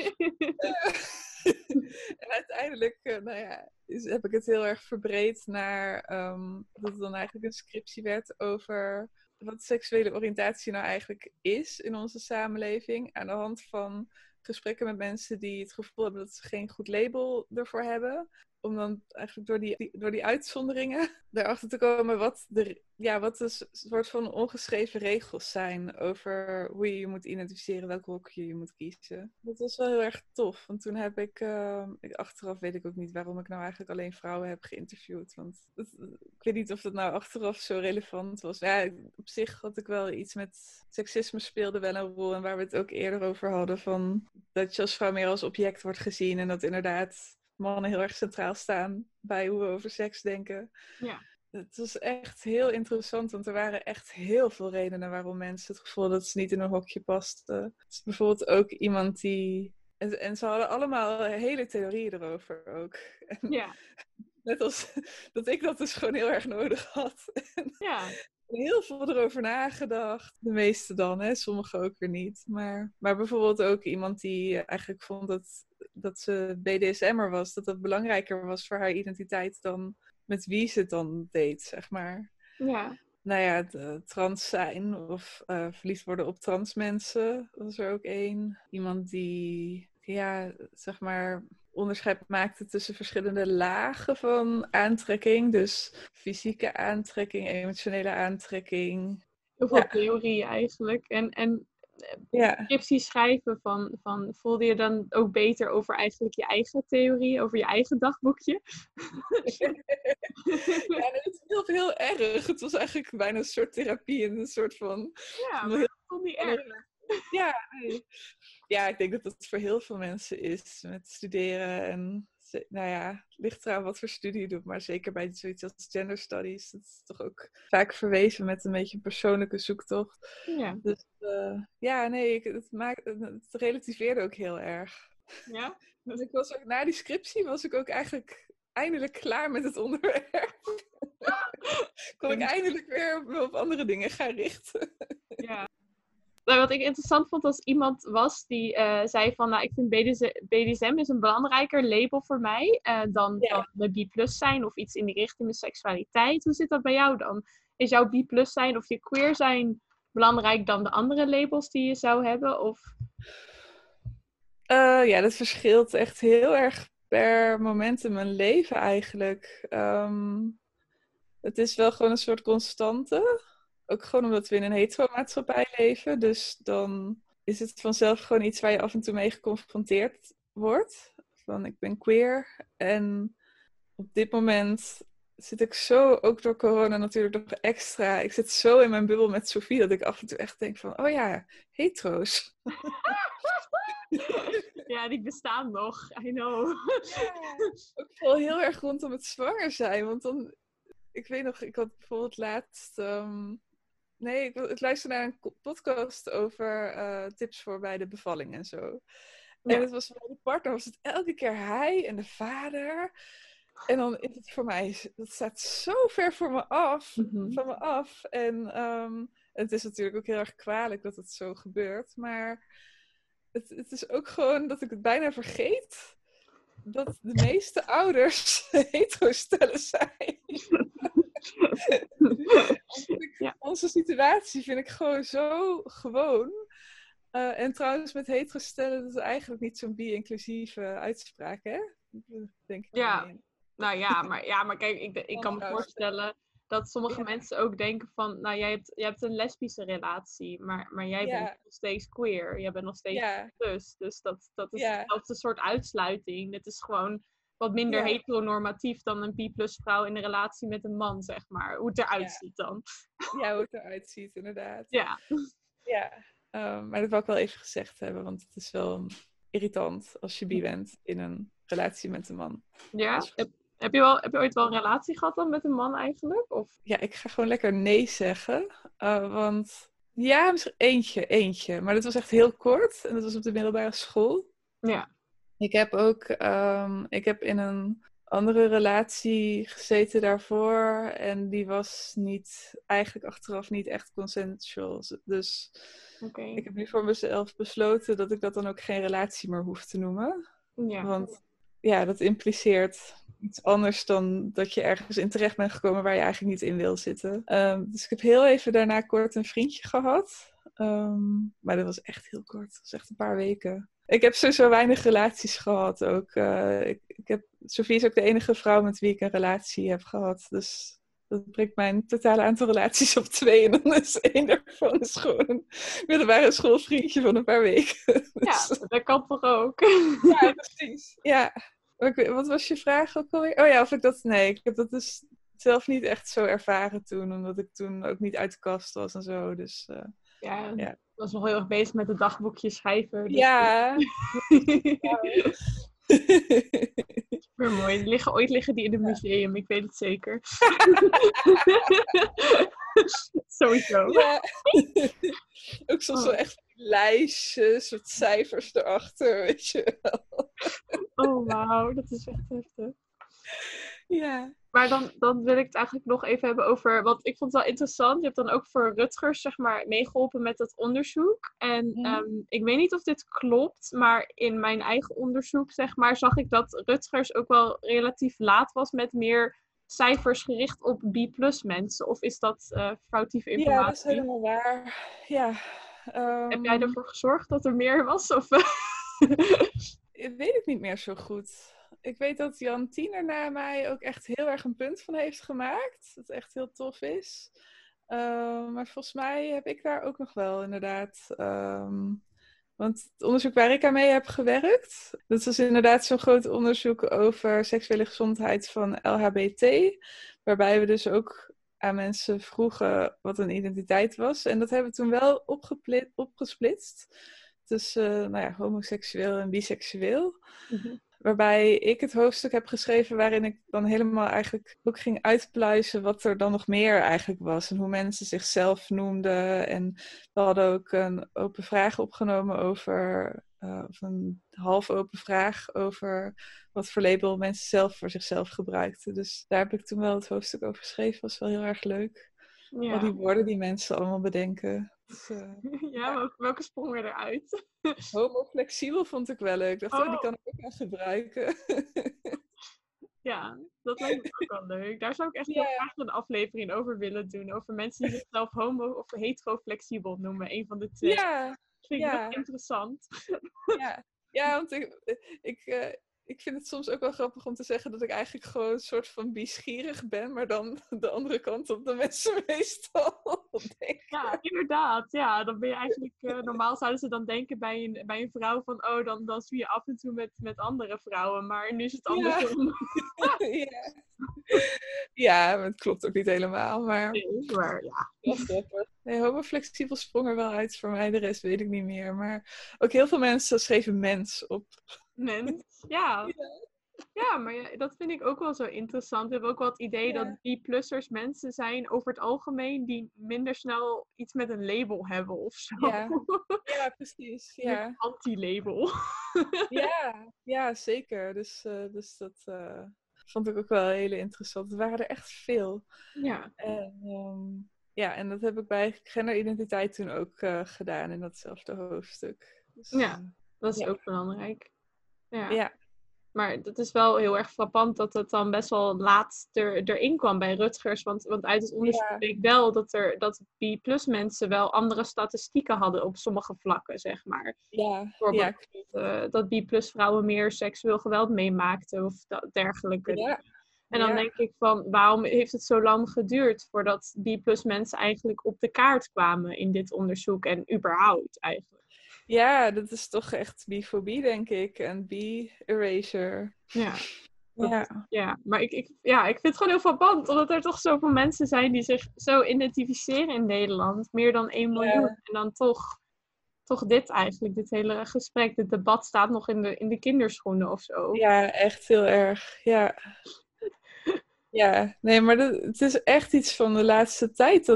En uiteindelijk heb ik het heel erg verbreed naar dat het dan eigenlijk een scriptie werd over wat seksuele oriëntatie nou eigenlijk is in onze samenleving. Aan de hand van gesprekken met mensen die het gevoel hebben dat ze geen goed label ervoor hebben. Om dan eigenlijk door die uitzonderingen erachter te komen wat de soort van ongeschreven regels zijn over hoe je je moet identificeren, welk hokje je moet kiezen. Dat was wel heel erg tof, want toen heb ik, achteraf weet ik ook niet waarom ik nou eigenlijk alleen vrouwen heb geïnterviewd. Want ik weet niet of dat nou achteraf zo relevant was. Ja, op zich had ik wel iets met seksisme speelde wel een rol en waar we het ook eerder over hadden van dat je als vrouw meer als object wordt gezien en dat inderdaad mannen heel erg centraal staan bij hoe we over seks denken. Ja. Het was echt heel interessant, want er waren echt heel veel redenen waarom mensen het gevoel dat ze niet in een hokje pasten. Dus bijvoorbeeld ook iemand die... En ze hadden allemaal hele theorieën erover ook. En net als dat ik dat dus gewoon heel erg nodig had. Ja. Heel veel erover nagedacht. De meeste dan, hè? Sommigen ook weer niet. Maar bijvoorbeeld ook iemand die eigenlijk vond dat ze BDSM'er was. Dat dat belangrijker was voor haar identiteit dan met wie ze het dan deed, zeg maar. Ja. Nou ja, trans zijn of verliefd worden op trans mensen. Dat was er ook één. Iemand die, zeg maar, onderscheid maakte tussen verschillende lagen van aantrekking. Dus fysieke aantrekking, emotionele aantrekking. Heel veel theorie eigenlijk. En Ja. scriptie schrijven, voelde je dan ook beter over eigenlijk je eigen theorie, over je eigen dagboekje? Ja, nee, het hielp heel erg. Het was eigenlijk bijna een soort therapie en een soort van... Ja, van maar heel- dat vond niet erg. Ja, nee. Ja, ik denk dat dat voor heel veel mensen is met studeren. En nou ja, het ligt eraan wat voor studie je doet. Maar zeker bij zoiets als gender studies. Dat is toch ook vaak verweven met een beetje een persoonlijke zoektocht. Ja. Dus ja, nee, het relativeerde ook heel erg. Ja? Dus ik was ook, na die scriptie was ik ook eigenlijk eindelijk klaar met het onderwerp. Kon ik eindelijk weer me op andere dingen gaan richten. Ja. Nou, wat ik interessant vond als iemand was die zei van, nou, ik vind BDSM is een belangrijker label voor mij dan de B+ zijn of iets in die richting met seksualiteit. Hoe zit dat bij jou dan? Is jouw B+ zijn of je queer zijn belangrijk dan de andere labels die je zou hebben? Of... Ja, dat verschilt echt heel erg per moment in mijn leven eigenlijk. Het is wel gewoon een soort constante. Ook gewoon omdat we in een hetero-maatschappij leven. Dus dan is het vanzelf gewoon iets waar je af en toe mee geconfronteerd wordt. Van ik ben queer. En op dit moment zit ik zo, ook door corona natuurlijk nog extra. Ik zit zo in mijn bubbel met Sophie dat ik af en toe echt denk van, oh ja, hetero's. Ja, die bestaan nog. I know. Ja, ook wel heel erg rondom het zwanger zijn. Want dan, ik weet nog, ik had bijvoorbeeld laatst... ik luisterde naar een podcast over tips voor bij de bevalling en zo. Ja. En het was bij de partner, was het elke keer hij en de vader. En dan is het voor mij, dat staat zo ver van me af. En het is natuurlijk ook heel erg kwalijk dat het zo gebeurt. Maar het is ook gewoon dat ik het bijna vergeet dat de meeste ouders hetero-stellen zijn. Ja. Onze situatie vind ik gewoon zo gewoon. En trouwens, met hetero-stellen, dat is eigenlijk niet zo'n bi-inclusieve uitspraak, hè? Denk ik. Ja. Nou ja, maar kijk, ik kan me voorstellen dat sommige mensen ook denken van, nou, jij hebt een lesbische relatie, maar jij bent nog steeds queer. Jij bent nog steeds plus. Dus dat is zelfs een soort uitsluiting. Het is gewoon wat minder heteronormatief dan een B+ vrouw in een relatie met een man, zeg maar. Hoe het eruit ziet dan. Ja, hoe het eruit ziet, inderdaad. Ja. Ja, maar dat wil ik wel even gezegd hebben, want het is wel irritant als je bi bent in een relatie met een man. Ja? Heb je ooit wel een relatie gehad dan met een man eigenlijk? Of? Ja, ik ga gewoon lekker nee zeggen. Want ja, misschien eentje. Maar dat was echt heel kort. En dat was op de middelbare school. Ja. Ik heb ook ik heb in een andere relatie gezeten daarvoor. En die was eigenlijk achteraf niet echt consensual. Dus ik heb nu voor mezelf besloten dat ik dat dan ook geen relatie meer hoef te noemen. Ja. Want ja, dat impliceert iets anders dan dat je ergens in terecht bent gekomen waar je eigenlijk niet in wil zitten. Dus ik heb heel even daarna kort een vriendje gehad. Maar dat was echt heel kort. Dat was echt een paar weken. Ik heb sowieso weinig relaties gehad ook. Sophie is ook de enige vrouw met wie ik een relatie heb gehad. Dus dat brengt mijn totale aantal relaties op 2. En dan is 1 daarvan is gewoon een middelbare schoolvriendje van een paar weken. Ja, dat kan toch ook? Ja, precies. Ja. Wat was je vraag ook alweer? Oh ja, of ik dat... Nee, ik heb dat dus zelf niet echt zo ervaren toen. Omdat ik toen ook niet uit de kast was en zo. Dus ik was nog heel erg bezig met het dagboekje schrijven. Dus ja. super mooi. Ooit liggen die in het museum, ik weet het zeker. Sowieso. Ja. Ook soms wel echt lijstjes met cijfers erachter, weet je wel. Oh, wauw, dat is echt heftig. Ja. Maar dan wil ik het eigenlijk nog even hebben over... Want ik vond het wel interessant. Je hebt dan ook voor Rutgers, zeg maar, meegeholpen met dat onderzoek. En ik weet niet of dit klopt, maar in mijn eigen onderzoek, zeg maar, zag ik dat Rutgers ook wel relatief laat was met meer cijfers gericht op B+ mensen. Of is dat foutieve informatie? Ja, dat is helemaal waar. Ja. Heb jij ervoor gezorgd dat er meer was? Of... weet ik niet meer zo goed. Ik weet dat Jan Tiener na mij ook echt heel erg een punt van heeft gemaakt. Dat echt heel tof is. Maar volgens mij heb ik daar ook nog wel inderdaad. Want het onderzoek waar ik aan mee heb gewerkt, dat was inderdaad zo'n groot onderzoek over seksuele gezondheid van LHBT. Waarbij we dus ook aan mensen vroegen wat een identiteit was. En dat hebben we toen wel opgesplitst tussen homoseksueel en biseksueel. Mhm. Waarbij ik het hoofdstuk heb geschreven waarin ik dan helemaal eigenlijk ook ging uitpluizen wat er dan nog meer eigenlijk was. En hoe mensen zichzelf noemden. En we hadden ook een open vraag opgenomen of een half open vraag over wat voor label mensen zelf voor zichzelf gebruikten. Dus daar heb ik toen wel het hoofdstuk over geschreven. Was wel heel erg leuk. Al die woorden die mensen allemaal bedenken. Dus, Ja, welke sprongen eruit? homoflexibel vond ik wel leuk. Ik dacht, die kan ik ook wel gebruiken. Ja, dat lijkt me ook wel leuk. Daar zou ik echt Ja. heel graag een aflevering over willen doen. Over mensen die zichzelf homo of hetero-flexibel noemen. Een van de twee. Ja, Dat vind ik heel interessant. ja, want ik vind het soms ook wel grappig om te zeggen dat ik eigenlijk gewoon een soort van biesgierig ben, maar dan de andere kant op de mensen meestal denken. Ja, inderdaad. Ja, dan ben je eigenlijk... normaal zouden ze dan denken bij een vrouw van... dan zie je af en toe met andere vrouwen. Maar nu is het andersom. Ja. Ja, maar het klopt ook niet helemaal. Maar, Nee, maar ja. Nee, homoflexibel sprong er wel uit voor mij. De rest weet ik niet meer. Maar ook heel veel mensen schreven mens op. Mens, ja. Ja, maar dat vind ik ook wel zo interessant. We hebben ook wel het idee dat B-plussers mensen zijn over het algemeen die minder snel iets met een label hebben of zo. Ja, precies. Ja. Anti-label. Ja, zeker. Dus dat vond ik ook wel heel interessant. Er waren er echt veel. Ja. En dat heb ik bij genderidentiteit toen ook gedaan in datzelfde hoofdstuk. Dus, dat is ook belangrijk. Ja. Maar het is wel heel erg frappant dat het dan best wel laat erin kwam bij Rutgers. Want uit het onderzoek bleek wel dat B+ mensen wel andere statistieken hadden op sommige vlakken, zeg maar. Bijvoorbeeld dat B+ vrouwen meer seksueel geweld meemaakten of dergelijke. Ja. En dan denk ik van, waarom heeft het zo lang geduurd voordat B+ mensen eigenlijk op de kaart kwamen in dit onderzoek en überhaupt eigenlijk? Ja, dat is toch echt bifobie, denk ik. En B-erasure. Ja, maar ik vind het gewoon heel frappant. Omdat er toch zoveel mensen zijn die zich zo identificeren in Nederland. Meer dan 1 miljoen. En dan toch dit eigenlijk, dit hele gesprek. Dit debat staat nog in de kinderschoenen of zo. Ja, echt heel erg. Ja. Ja, nee, maar het is echt iets van de laatste tijd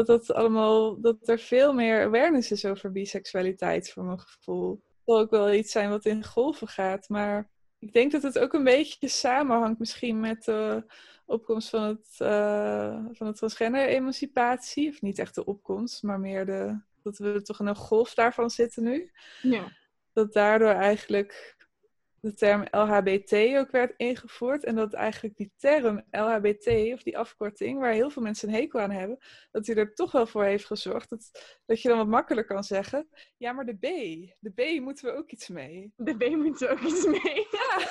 dat er veel meer awareness is over biseksualiteit, voor mijn gevoel. Het zal ook wel iets zijn wat in golven gaat, maar ik denk dat het ook een beetje samenhangt misschien met de opkomst van de transgender-emancipatie. Of niet echt de opkomst, maar meer dat we toch in een golf daarvan zitten nu. Ja. Dat daardoor eigenlijk de term LHBT ook werd ingevoerd. En dat eigenlijk die term LHBT, of die afkorting, waar heel veel mensen een hekel aan hebben, dat die er toch wel voor heeft gezorgd dat je dan wat makkelijker kan zeggen, ja, maar de B moeten we ook iets mee. De B moeten we ook iets mee.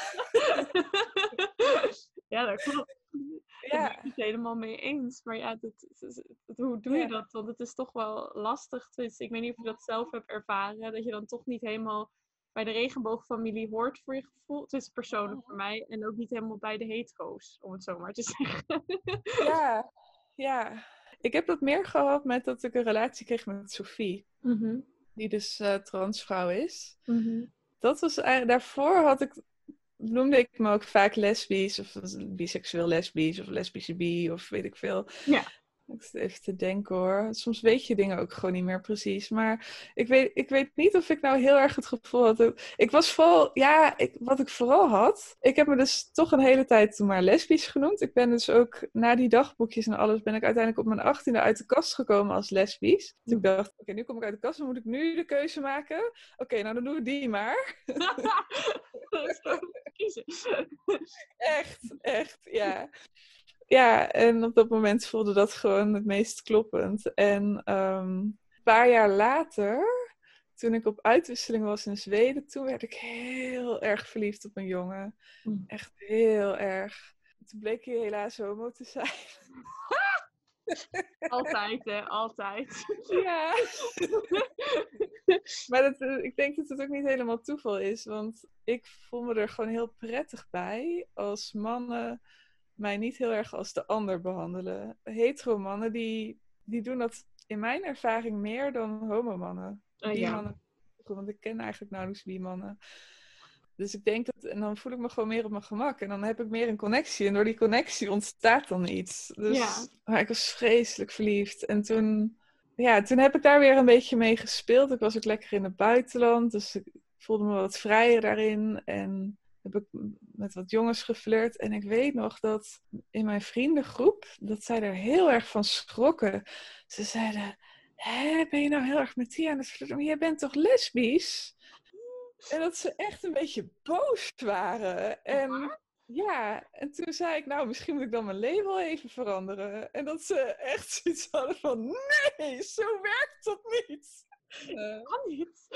Ja, dat klopt. Daar ben ik het helemaal mee eens. Maar ja, hoe doe je dat? Want het is toch wel lastig. Dus ik weet niet of je dat zelf hebt ervaren. Dat je dan toch niet helemaal bij de regenboogfamilie hoort voor je gevoel. Het is persoonlijk voor mij. En ook niet helemaal bij de hetero's, om het zo maar te zeggen. Ja. Ik heb dat meer gehad met dat ik een relatie kreeg met Sophie. Mm-hmm. Die dus transvrouw is. Mm-hmm. Dat was eigenlijk... Daarvoor noemde ik me ook vaak lesbisch. Of biseksueel lesbisch. Of lesbische bi. Of weet ik veel. Ja. Ik zit even te denken hoor. Soms weet je dingen ook gewoon niet meer precies. Maar ik weet niet of ik nou heel erg het gevoel had. Ik was vooral... wat ik vooral had... Ik heb me dus toch een hele tijd toen maar lesbisch genoemd. Ik ben dus ook na die dagboekjes en alles... ben ik uiteindelijk op mijn 18e uit de kast gekomen als lesbisch. Dus ik dacht, oké, nu kom ik uit de kast. Dan moet ik nu de keuze maken. Oké, nou dan doen we die maar. Kiezen. Echt, ja. Ja, en op dat moment voelde dat gewoon het meest kloppend. En een paar jaar later, toen ik op uitwisseling was in Zweden, toen werd ik heel erg verliefd op een jongen. Echt heel erg. Toen bleek hij helaas homo te zijn. Altijd, hè, altijd. Ja. Maar ik denk dat het ook niet helemaal toeval is. Want ik voel me er gewoon heel prettig bij als mannen mij niet heel erg als de ander behandelen. Hetero mannen, die doen dat in mijn ervaring meer dan homomannen. Bi-mannen, want ik ken eigenlijk nauwelijks bi-mannen. Dus ik denk dat, en dan voel ik me gewoon meer op mijn gemak. En dan heb ik meer een connectie. En door die connectie ontstaat dan iets. Dus maar ik was vreselijk verliefd. En toen heb ik daar weer een beetje mee gespeeld. Ik was ook lekker in het buitenland. Dus ik voelde me wat vrijer daarin. En heb ik met wat jongens geflirt. En ik weet nog dat in mijn vriendengroep, dat zij er heel erg van schrokken. Ze zeiden, hé, ben je nou heel erg met die aan het flirten? Maar jij bent toch lesbisch? En dat ze echt een beetje boos waren. En ja, en toen zei ik, nou, misschien moet ik dan mijn label even veranderen. En dat ze echt zoiets hadden van, nee, zo werkt dat niet. Kan niet.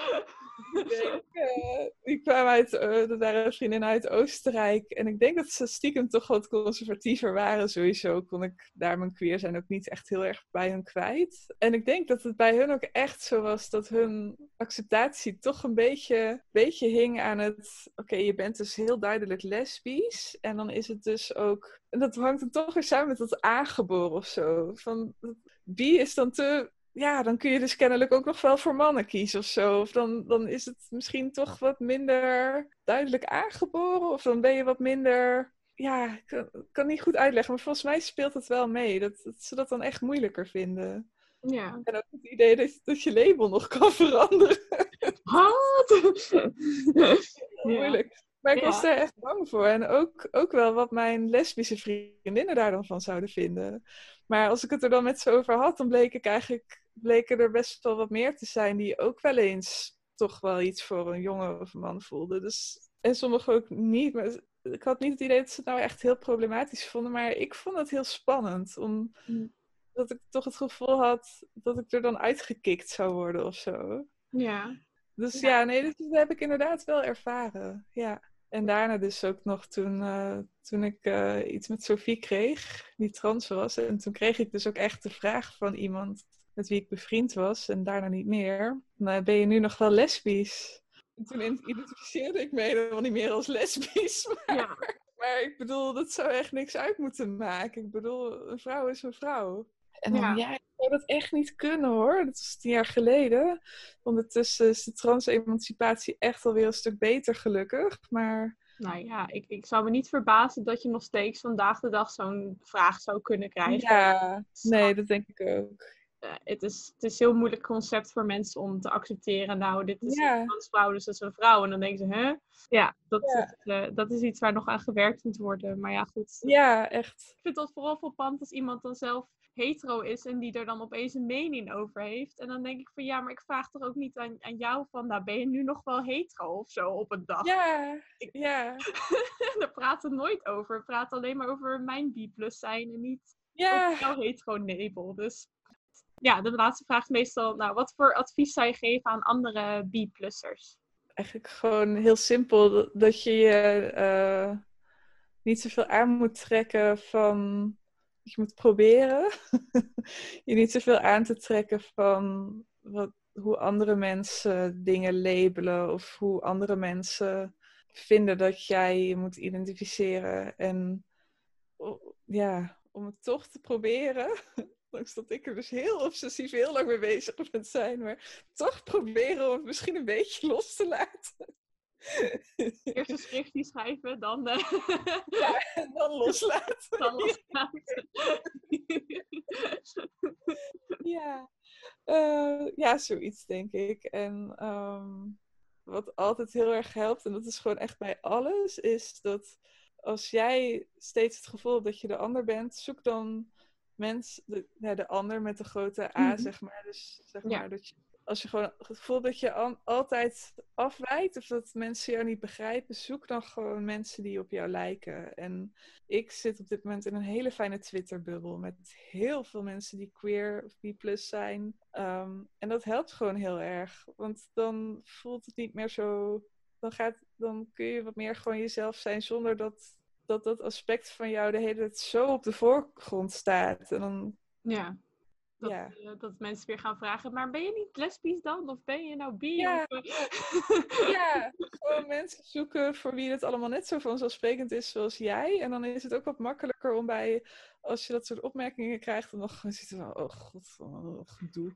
Die kwamen uit, dat waren vriendinnen uit Oostenrijk. En ik denk dat ze stiekem toch wat conservatiever waren. Sowieso kon ik daar mijn queer zijn ook niet echt heel erg bij hun kwijt. En ik denk dat het bij hun ook echt zo was dat hun acceptatie toch een beetje hing aan het... Oké, je bent dus heel duidelijk lesbisch. En dan is het dus ook... En dat hangt dan toch weer samen met dat aangeboren of zo. Van, bi is dan te... Ja, dan kun je dus kennelijk ook nog wel voor mannen kiezen of zo. Of dan is het misschien toch wat minder duidelijk aangeboren. Of dan ben je wat minder... Ja, ik kan niet goed uitleggen. Maar volgens mij speelt het wel mee. Dat ze dat dan echt moeilijker vinden. Ja. En ook het idee dat je label nog kan veranderen. Wat? Moeilijk. Maar ik was daar echt bang voor. En ook wel wat mijn lesbische vriendinnen daar dan van zouden vinden. Maar als ik het er dan met ze over had, dan bleken er best wel wat meer te zijn die ook wel eens toch wel iets voor een jongen of een man voelden. Dus, en sommigen ook niet. Maar ik had niet het idee dat ze het nou echt heel problematisch vonden. Maar ik vond het heel spannend. Omdat ik toch het gevoel had dat ik er dan uitgekikt zou worden of zo. Ja. Dus dat heb ik inderdaad wel ervaren. Ja. En daarna dus ook nog toen ik iets met Sophie kreeg, die trans was. En toen kreeg ik dus ook echt de vraag van iemand met wie ik bevriend was. En daarna niet meer. Nou, ben je nu nog wel lesbisch? En toen identificeerde ik me helemaal niet meer als lesbisch. Maar ik bedoel, dat zou echt niks uit moeten maken. Ik bedoel, een vrouw is een vrouw. En dan, ik zou dat echt niet kunnen hoor. Dat is 10 jaar geleden. Ondertussen is de trans-emancipatie echt alweer een stuk beter gelukkig. Maar... Nou ja, ik zou me niet verbazen dat je nog steeds vandaag de dag zo'n vraag zou kunnen krijgen. Ja, nee, dat denk ik ook. Het is een heel moeilijk concept voor mensen om te accepteren. Nou, dit is een transvrouw, dus dat is een vrouw. En dan denken ze, hè? Ja, dat is iets waar nog aan gewerkt moet worden. Maar ja, goed. Ja, echt. Ik vind dat vooral frappant als iemand dan zelf hetero is en die er dan opeens een mening over heeft. En dan denk ik van, ja, maar ik vraag toch ook niet aan jou van, nou, ben je nu nog wel hetero of zo op een dag? Ja. Daar praten we nooit over. We praten alleen maar over mijn bi-plus zijn en niet over jouw hetero-label. Dus ja, de laatste vraag is meestal, nou, wat voor advies zou je geven aan andere bi-plussers? Eigenlijk gewoon heel simpel, dat je je niet zoveel aan moet trekken van... Je moet proberen je niet zoveel aan te trekken van hoe andere mensen dingen labelen of hoe andere mensen vinden dat jij je moet identificeren. En om het toch te proberen, ondanks dat ik er dus heel obsessief heel lang mee bezig ben zijn, maar toch proberen om het misschien een beetje los te laten. Eerst een schriftje schrijven, dan... en dan loslaten. Dan loslaten. Ja, zoiets denk ik. En wat altijd heel erg helpt, en dat is gewoon echt bij alles, is dat als jij steeds het gevoel hebt dat je de ander bent, zoek dan de ander met de grote A, zeg maar. Dus zeg maar dat je, als je gewoon het gevoel dat je altijd afwijkt of dat mensen jou niet begrijpen, zoek dan gewoon mensen die op jou lijken. En ik zit op dit moment in een hele fijne Twitter-bubbel met heel veel mensen die queer of bi-plus zijn. En dat helpt gewoon heel erg, want dan voelt het niet meer zo... Dan kun je wat meer gewoon jezelf zijn zonder dat aspect van jou de hele tijd zo op de voorgrond staat. En dan Ja. Ja. Dat mensen weer gaan vragen, maar ben je niet lesbisch dan? Of ben je nou bi? Ja. Of, Ja, gewoon mensen zoeken voor wie het allemaal net zo vanzelfsprekend is zoals jij. En dan is het ook wat makkelijker om als je dat soort opmerkingen krijgt, dan nog gewoon zitten van, oh god, wat gedoe.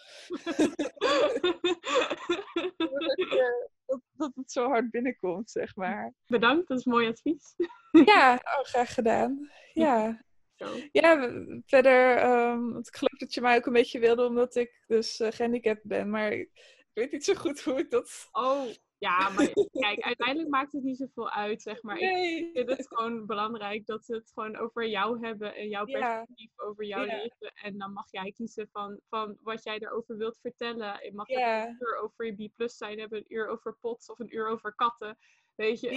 Dat het zo hard binnenkomt, zeg maar. Bedankt, dat is mooi advies. Ja, graag gedaan. Ja. Zo. Ja, verder, want ik geloof dat je mij ook een beetje wilde omdat ik dus gehandicapt ben, maar ik weet niet zo goed hoe ik dat... Oh, ja, maar kijk, uiteindelijk maakt het niet zoveel uit, zeg maar. Nee. Ik vind het gewoon belangrijk dat we het gewoon over jou hebben en jouw perspectief over jouw leven. En dan mag jij kiezen van wat jij erover wilt vertellen. Je mag een uur over je B+ zijn, hebben, een uur over pots of een uur over katten. Weet je?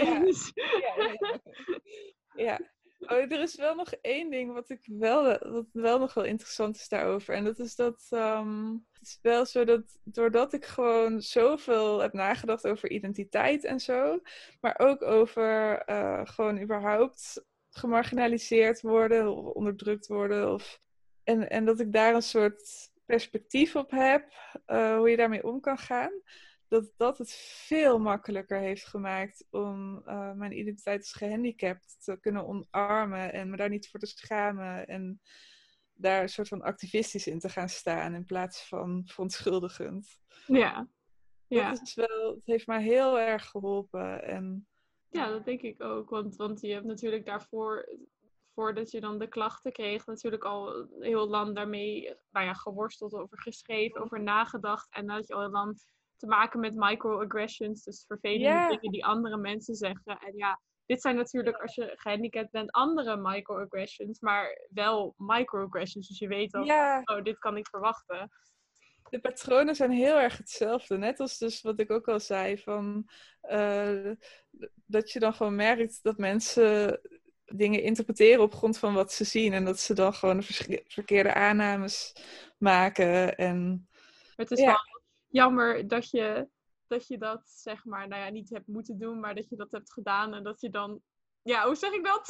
Ja. Oh, er is wel nog één ding wat wel nog wel interessant is daarover. En dat is dat het is wel zo dat doordat ik gewoon zoveel heb nagedacht over identiteit en zo, maar ook over gewoon überhaupt gemarginaliseerd worden of onderdrukt worden. En dat ik daar een soort perspectief op heb, hoe je daarmee om kan gaan. Dat het veel makkelijker heeft gemaakt om mijn identiteit als gehandicapt te kunnen omarmen en me daar niet voor te schamen en daar een soort van activistisch in te gaan staan in plaats van verontschuldigend. Ja. Dat is wel, het heeft mij heel erg geholpen. Ja, dat denk ik ook, want je hebt natuurlijk daarvoor, voordat je dan de klachten kreeg, natuurlijk al heel lang daarmee geworsteld, over geschreven, over nagedacht en dat je al dan te maken met microaggressions, dus vervelende dingen die andere mensen zeggen. En ja, dit zijn natuurlijk, als je gehandicapt bent, andere microaggressions, maar wel microaggressions. Dus je weet al, oh, dit kan ik verwachten. De patronen zijn heel erg hetzelfde. Net als dus wat ik ook al zei, van, dat je dan gewoon merkt dat mensen dingen interpreteren op grond van wat ze zien. En dat ze dan gewoon de verkeerde aannames maken. En, het is wel jammer dat je dat zeg maar, niet hebt moeten doen, maar dat je dat hebt gedaan en dat je dan, hoe zeg ik dat?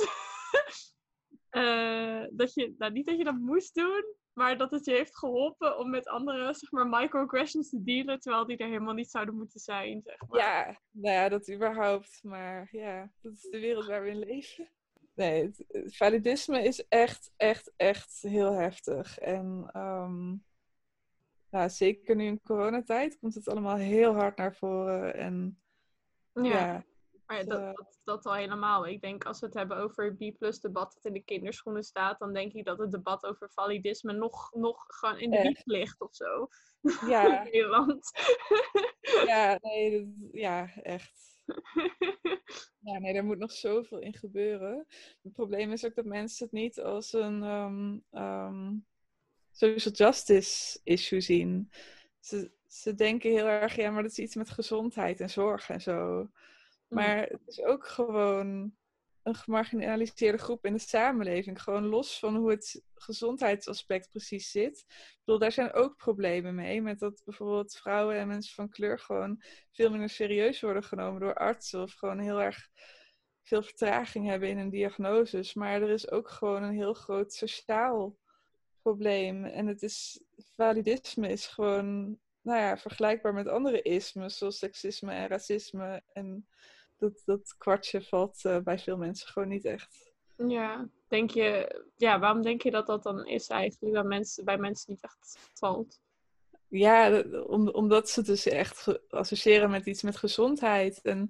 Dat je, niet dat je dat moest doen, maar dat het je heeft geholpen om met andere, zeg maar, microaggressions te dealen, terwijl die er helemaal niet zouden moeten zijn, zeg maar. Ja, dat überhaupt, maar ja, dat is de wereld waar we in leven. Nee, het validisme is echt heel heftig. En zeker nu in coronatijd komt het allemaal heel hard naar voren. En maar dat al helemaal. Ik denk als we het hebben over het B+-debat dat in de kinderschoenen staat, dan denk ik dat het debat over validisme nog gewoon in de wieg ligt of zo. Ja. In Nederland. Echt. Ja, nee, daar moet nog zoveel in gebeuren. Het probleem is ook dat mensen het niet als een social justice issue zien. Ze denken heel erg, maar dat is iets met gezondheid en zorg en zo. Maar het is ook gewoon een gemarginaliseerde groep in de samenleving. Gewoon los van hoe het gezondheidsaspect precies zit. Ik bedoel, daar zijn ook problemen mee. Met dat bijvoorbeeld vrouwen en mensen van kleur gewoon veel minder serieus worden genomen door artsen. Of gewoon heel erg veel vertraging hebben in hun diagnoses. Maar er is ook gewoon een heel groot sociaal probleem. En validisme is gewoon vergelijkbaar met andere ismes, zoals seksisme en racisme. En dat kwartje valt bij veel mensen gewoon niet echt. Ja, waarom denk je dat dan is eigenlijk, dat bij mensen niet echt valt? Ja, omdat ze dus echt associëren met iets met gezondheid. En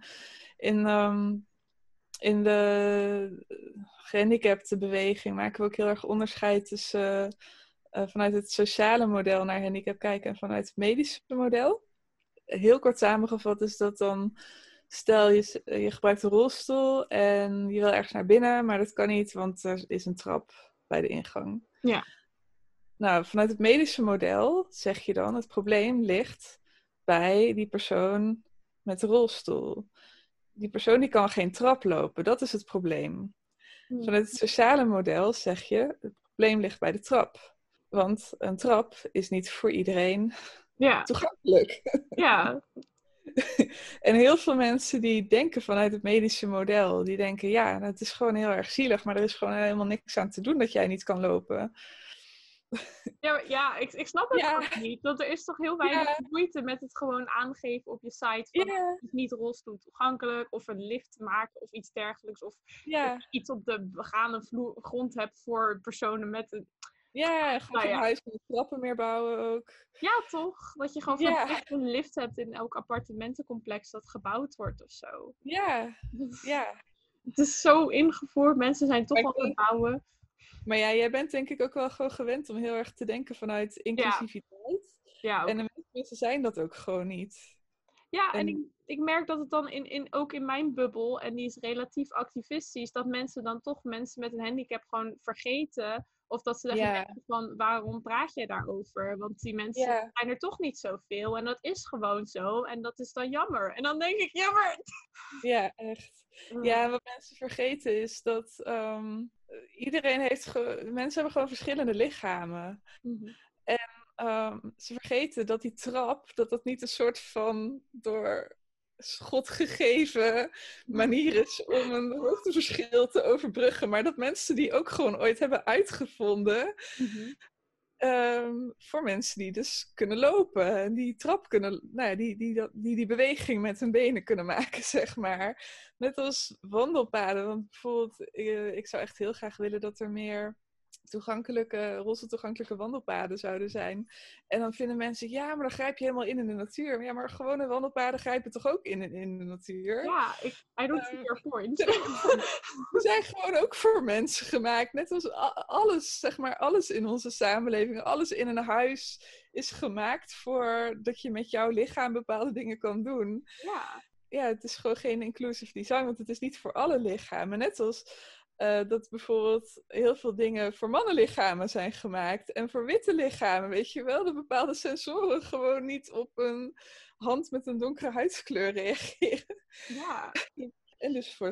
in de gehandicapte beweging maken we ook heel erg onderscheid tussen vanuit het sociale model naar handicap kijken en vanuit het medische model. Heel kort samengevat is dat dan, stel je gebruikt een rolstoel en je wil ergens naar binnen, maar dat kan niet, want er is een trap bij de ingang. Ja. Nou, vanuit het medische model zeg je dan, het probleem ligt bij die persoon met de rolstoel. Die persoon die kan geen trap lopen, dat is het probleem. Vanuit het sociale model zeg je, het probleem ligt bij de trap. Want een trap is niet voor iedereen toegankelijk. Ja. En heel veel mensen die denken vanuit het medische model, die denken, het is gewoon heel erg zielig, maar er is gewoon helemaal niks aan te doen dat jij niet kan lopen. Ja, ik snap het Ja, gewoon niet. Want er is toch heel weinig ja, moeite met het gewoon aangeven op je site van ja, het is niet rolstoel toegankelijk of een lift maken of iets dergelijks. Of dat ja. je iets op de begane grond hebt voor personen met een... Ja, gewoon Nou geen ja, huis met trappen meer bouwen ook. ja toch? Dat je gewoon Ja, verplicht een lift hebt in elk appartementencomplex dat gebouwd wordt of zo. ja, ja. Het is zo ingevoerd. Mensen zijn toch Maar, aan het bouwen. maar ja, jij bent denk ik ook wel gewoon gewend om heel erg te denken vanuit Ja, inclusiviteit. ja, En ook. de meeste mensen zijn dat ook gewoon niet. Ja, en En ik merk dat het dan ook in mijn bubbel, en die is relatief activistisch, dat mensen dan toch mensen met een handicap gewoon vergeten. Of dat ze even ja, denken van, waarom praat jij daarover? Want die mensen ja, zijn er toch niet zoveel. En dat is gewoon zo. En dat is dan jammer. En dan denk ik, jammer! ja, echt. Ja, en wat mensen vergeten is dat iedereen heeft mensen hebben gewoon verschillende lichamen. Mhm. Ze vergeten dat die trap, dat niet een soort van door God gegeven manier is om een hoogteverschil te overbruggen. Maar dat mensen die ook gewoon ooit hebben uitgevonden Mhm. voor mensen die dus kunnen lopen. En die trap kunnen, nou ja, die beweging met hun benen kunnen maken, zeg maar. Net als wandelpaden. Want bijvoorbeeld, ik zou echt heel graag willen dat er meer roze toegankelijke wandelpaden zouden zijn. En dan vinden mensen, ja, maar dan grijp je helemaal in de natuur. Ja, maar gewone wandelpaden grijpen toch ook in de natuur? Ja, I don't see your point. Ze zijn gewoon ook voor mensen gemaakt. Net als alles, zeg maar, alles in onze samenleving, alles in een huis is gemaakt voor dat je met jouw lichaam bepaalde dingen kan doen. Ja, Ja, het is gewoon geen inclusive design, want het is niet voor alle lichamen. Net als dat bijvoorbeeld heel veel dingen voor mannenlichamen zijn gemaakt en voor witte lichamen, weet je wel, dat bepaalde sensoren gewoon niet op een hand met een donkere huidskleur reageren. ja. En dus voor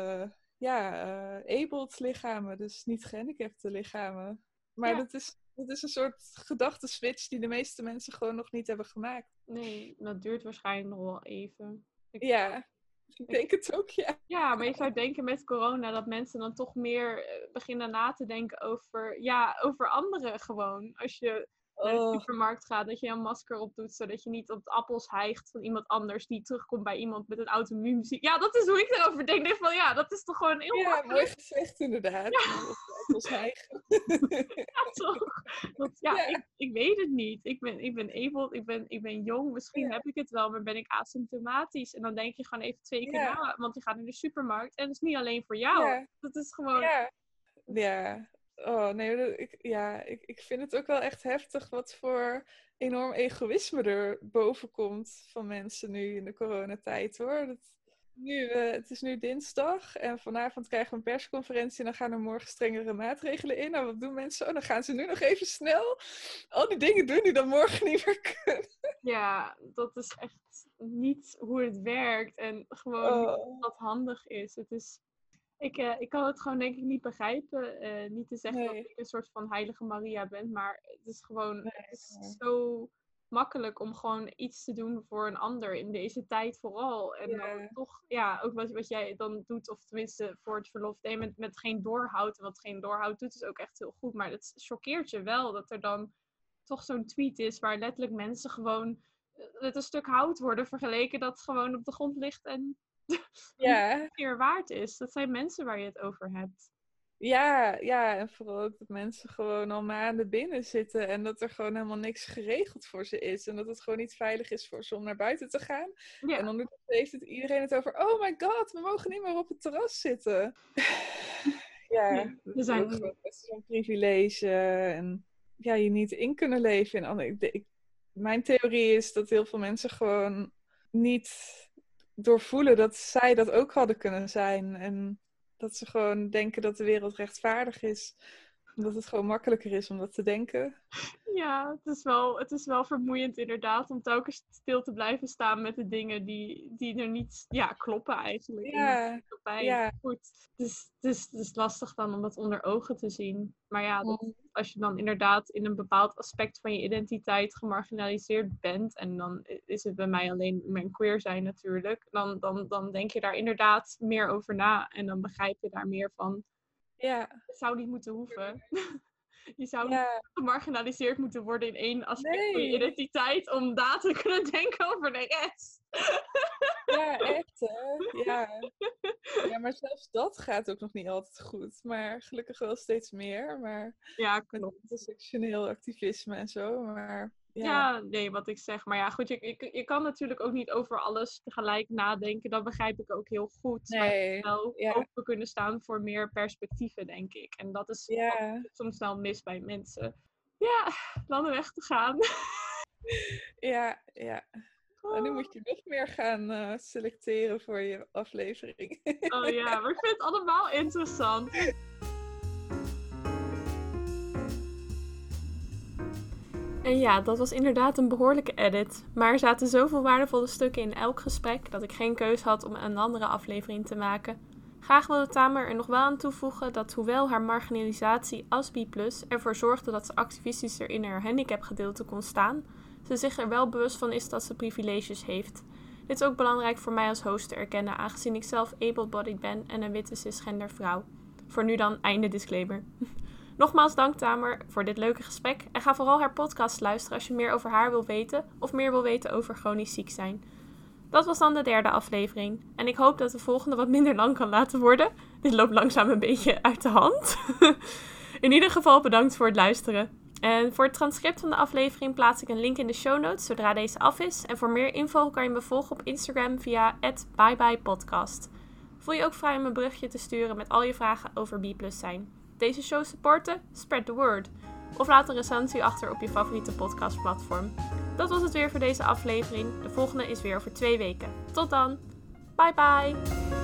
abled lichamen, dus niet gehandicapte lichamen. Maar Ja. dat is een soort gedachteswitch die de meeste mensen gewoon nog niet hebben gemaakt. Nee, dat duurt waarschijnlijk nog wel even. Ja, ik denk het ook, ja. Ja, maar je zou denken met corona dat mensen dan toch meer beginnen na te denken over anderen gewoon. Als je naar de Oh, supermarkt gaat, dat je een masker opdoet, zodat je niet op de appels hijgt van iemand anders die terugkomt bij iemand met een automuziek. Ja, dat is hoe ik erover denk. Ik denk van, ja, dat is toch gewoon heel ja, mooi makkelijk. gezegd inderdaad. Op de appels hijgen. Ja, toch? Ja, Ik weet het niet. Ik ben able, ik ben jong, misschien ja, heb ik het wel, maar ben ik asymptomatisch? En dan denk je gewoon even 2 keer ja, na, want je gaat in de supermarkt en het is niet alleen voor jou. ja, Dat is gewoon, ja. Ja. Oh nee, ik vind het ook wel echt heftig wat voor enorm egoïsme er boven komt van mensen nu in de coronatijd hoor. Het is nu dinsdag en vanavond krijgen we een persconferentie en dan gaan er morgen strengere maatregelen in. Nou, wat doen mensen? Oh, dan gaan ze nu nog even snel al die dingen doen die dan morgen niet meer kunnen. ja, dat is echt niet hoe het werkt en gewoon niet Oh, wat handig is. Het is ik kan het gewoon denk ik niet begrijpen. Niet te zeggen dat nee, ik een soort van heilige Maria ben, maar het is gewoon, het nee. is zo makkelijk om gewoon iets te doen voor een ander in deze tijd vooral. En dan Ja, toch, ja, ook wat jij dan doet, of tenminste voor het verlof, nee, met geen doorhoud. En wat geen doorhoud doet, is ook echt heel goed. Maar het choqueert je wel dat er dan toch zo'n tweet is waar letterlijk mensen gewoon met een stuk hout worden vergeleken dat gewoon op de grond ligt en ja, keer waard is. Dat zijn mensen waar je het over hebt. ja, en vooral ook dat mensen gewoon al maanden binnen zitten en dat er gewoon helemaal niks geregeld voor ze is. En dat het gewoon niet veilig is voor ze om naar buiten te gaan. En Ja, ondertussen heeft het iedereen het over, oh my god, we mogen niet meer op het terras zitten. Ja, nee. dat Er is ook zijn, gewoon best zo'n privilege. En ja, je niet in kunnen leven in mijn theorie is dat heel veel mensen gewoon niet doorvoelen dat zij dat ook hadden kunnen zijn. En dat ze gewoon denken dat de wereld rechtvaardig is. Omdat het gewoon makkelijker is om dat te denken. ja, het is wel vermoeiend inderdaad om telkens stil te blijven staan met de dingen die er niet kloppen eigenlijk. In de Ja, maatschappij. ja. Goed, het is lastig dan om dat onder ogen te zien. Maar ja, Mm. als je dan inderdaad in een bepaald aspect van je identiteit gemarginaliseerd bent, en dan is het bij mij alleen mijn queer zijn natuurlijk, dan denk je daar inderdaad meer over na en dan begrijp je daar meer van. Ja, Het zou niet moeten hoeven. Je zou niet gemarginaliseerd moeten worden in één aspect van je Nee. identiteit om na te kunnen denken over de rest. Ja, echt hè. Ja, maar zelfs dat gaat ook nog niet altijd goed. Maar gelukkig wel steeds meer. Maar Ja, met klopt. intersectioneel activisme en zo. Maar Ja, nee, wat ik zeg. Maar ja, goed, je kan natuurlijk ook niet over alles tegelijk nadenken. Dat begrijp ik ook heel goed. Maar nee. wel Ja, open kunnen staan voor meer perspectieven, denk ik. En dat is ja, wat soms wel mis bij mensen. Ja, dan de weg te gaan. ja. En nu moet je nog meer gaan selecteren voor je aflevering. Oh ja, maar ik vind het allemaal interessant. En ja, dat was inderdaad een behoorlijke edit. Maar er zaten zoveel waardevolle stukken in elk gesprek dat ik geen keus had om een andere aflevering te maken. Graag wilde Tamer er nog wel aan toevoegen dat hoewel haar marginalisatie als B+ ervoor zorgde dat ze activistischer in haar handicapgedeelte kon staan, ze zich er wel bewust van is dat ze privileges heeft. Dit is ook belangrijk voor mij als host te erkennen, aangezien ik zelf able-bodied ben en een witte cisgender vrouw. Voor nu dan einde disclaimer. Nogmaals dank Tamer voor dit leuke gesprek en ga vooral haar podcast luisteren als je meer over haar wil weten of meer wil weten over chronisch ziek zijn. Dat was dan de 3e aflevering en ik hoop dat de volgende wat minder lang kan laten worden. Dit loopt langzaam een beetje uit de hand. In ieder geval bedankt voor het luisteren. En voor het transcript van de aflevering plaats ik een link in de show notes zodra deze af is. En voor meer info kan je me volgen op Instagram via @byebyepodcast. Voel je ook vrij om een berichtje te sturen met al je vragen over B+ zijn. Deze show supporten? Spread the word. Of laat een recensie achter op je favoriete podcastplatform. Dat was het weer voor deze aflevering. De volgende is weer over 2 weken. Tot dan. Bye bye.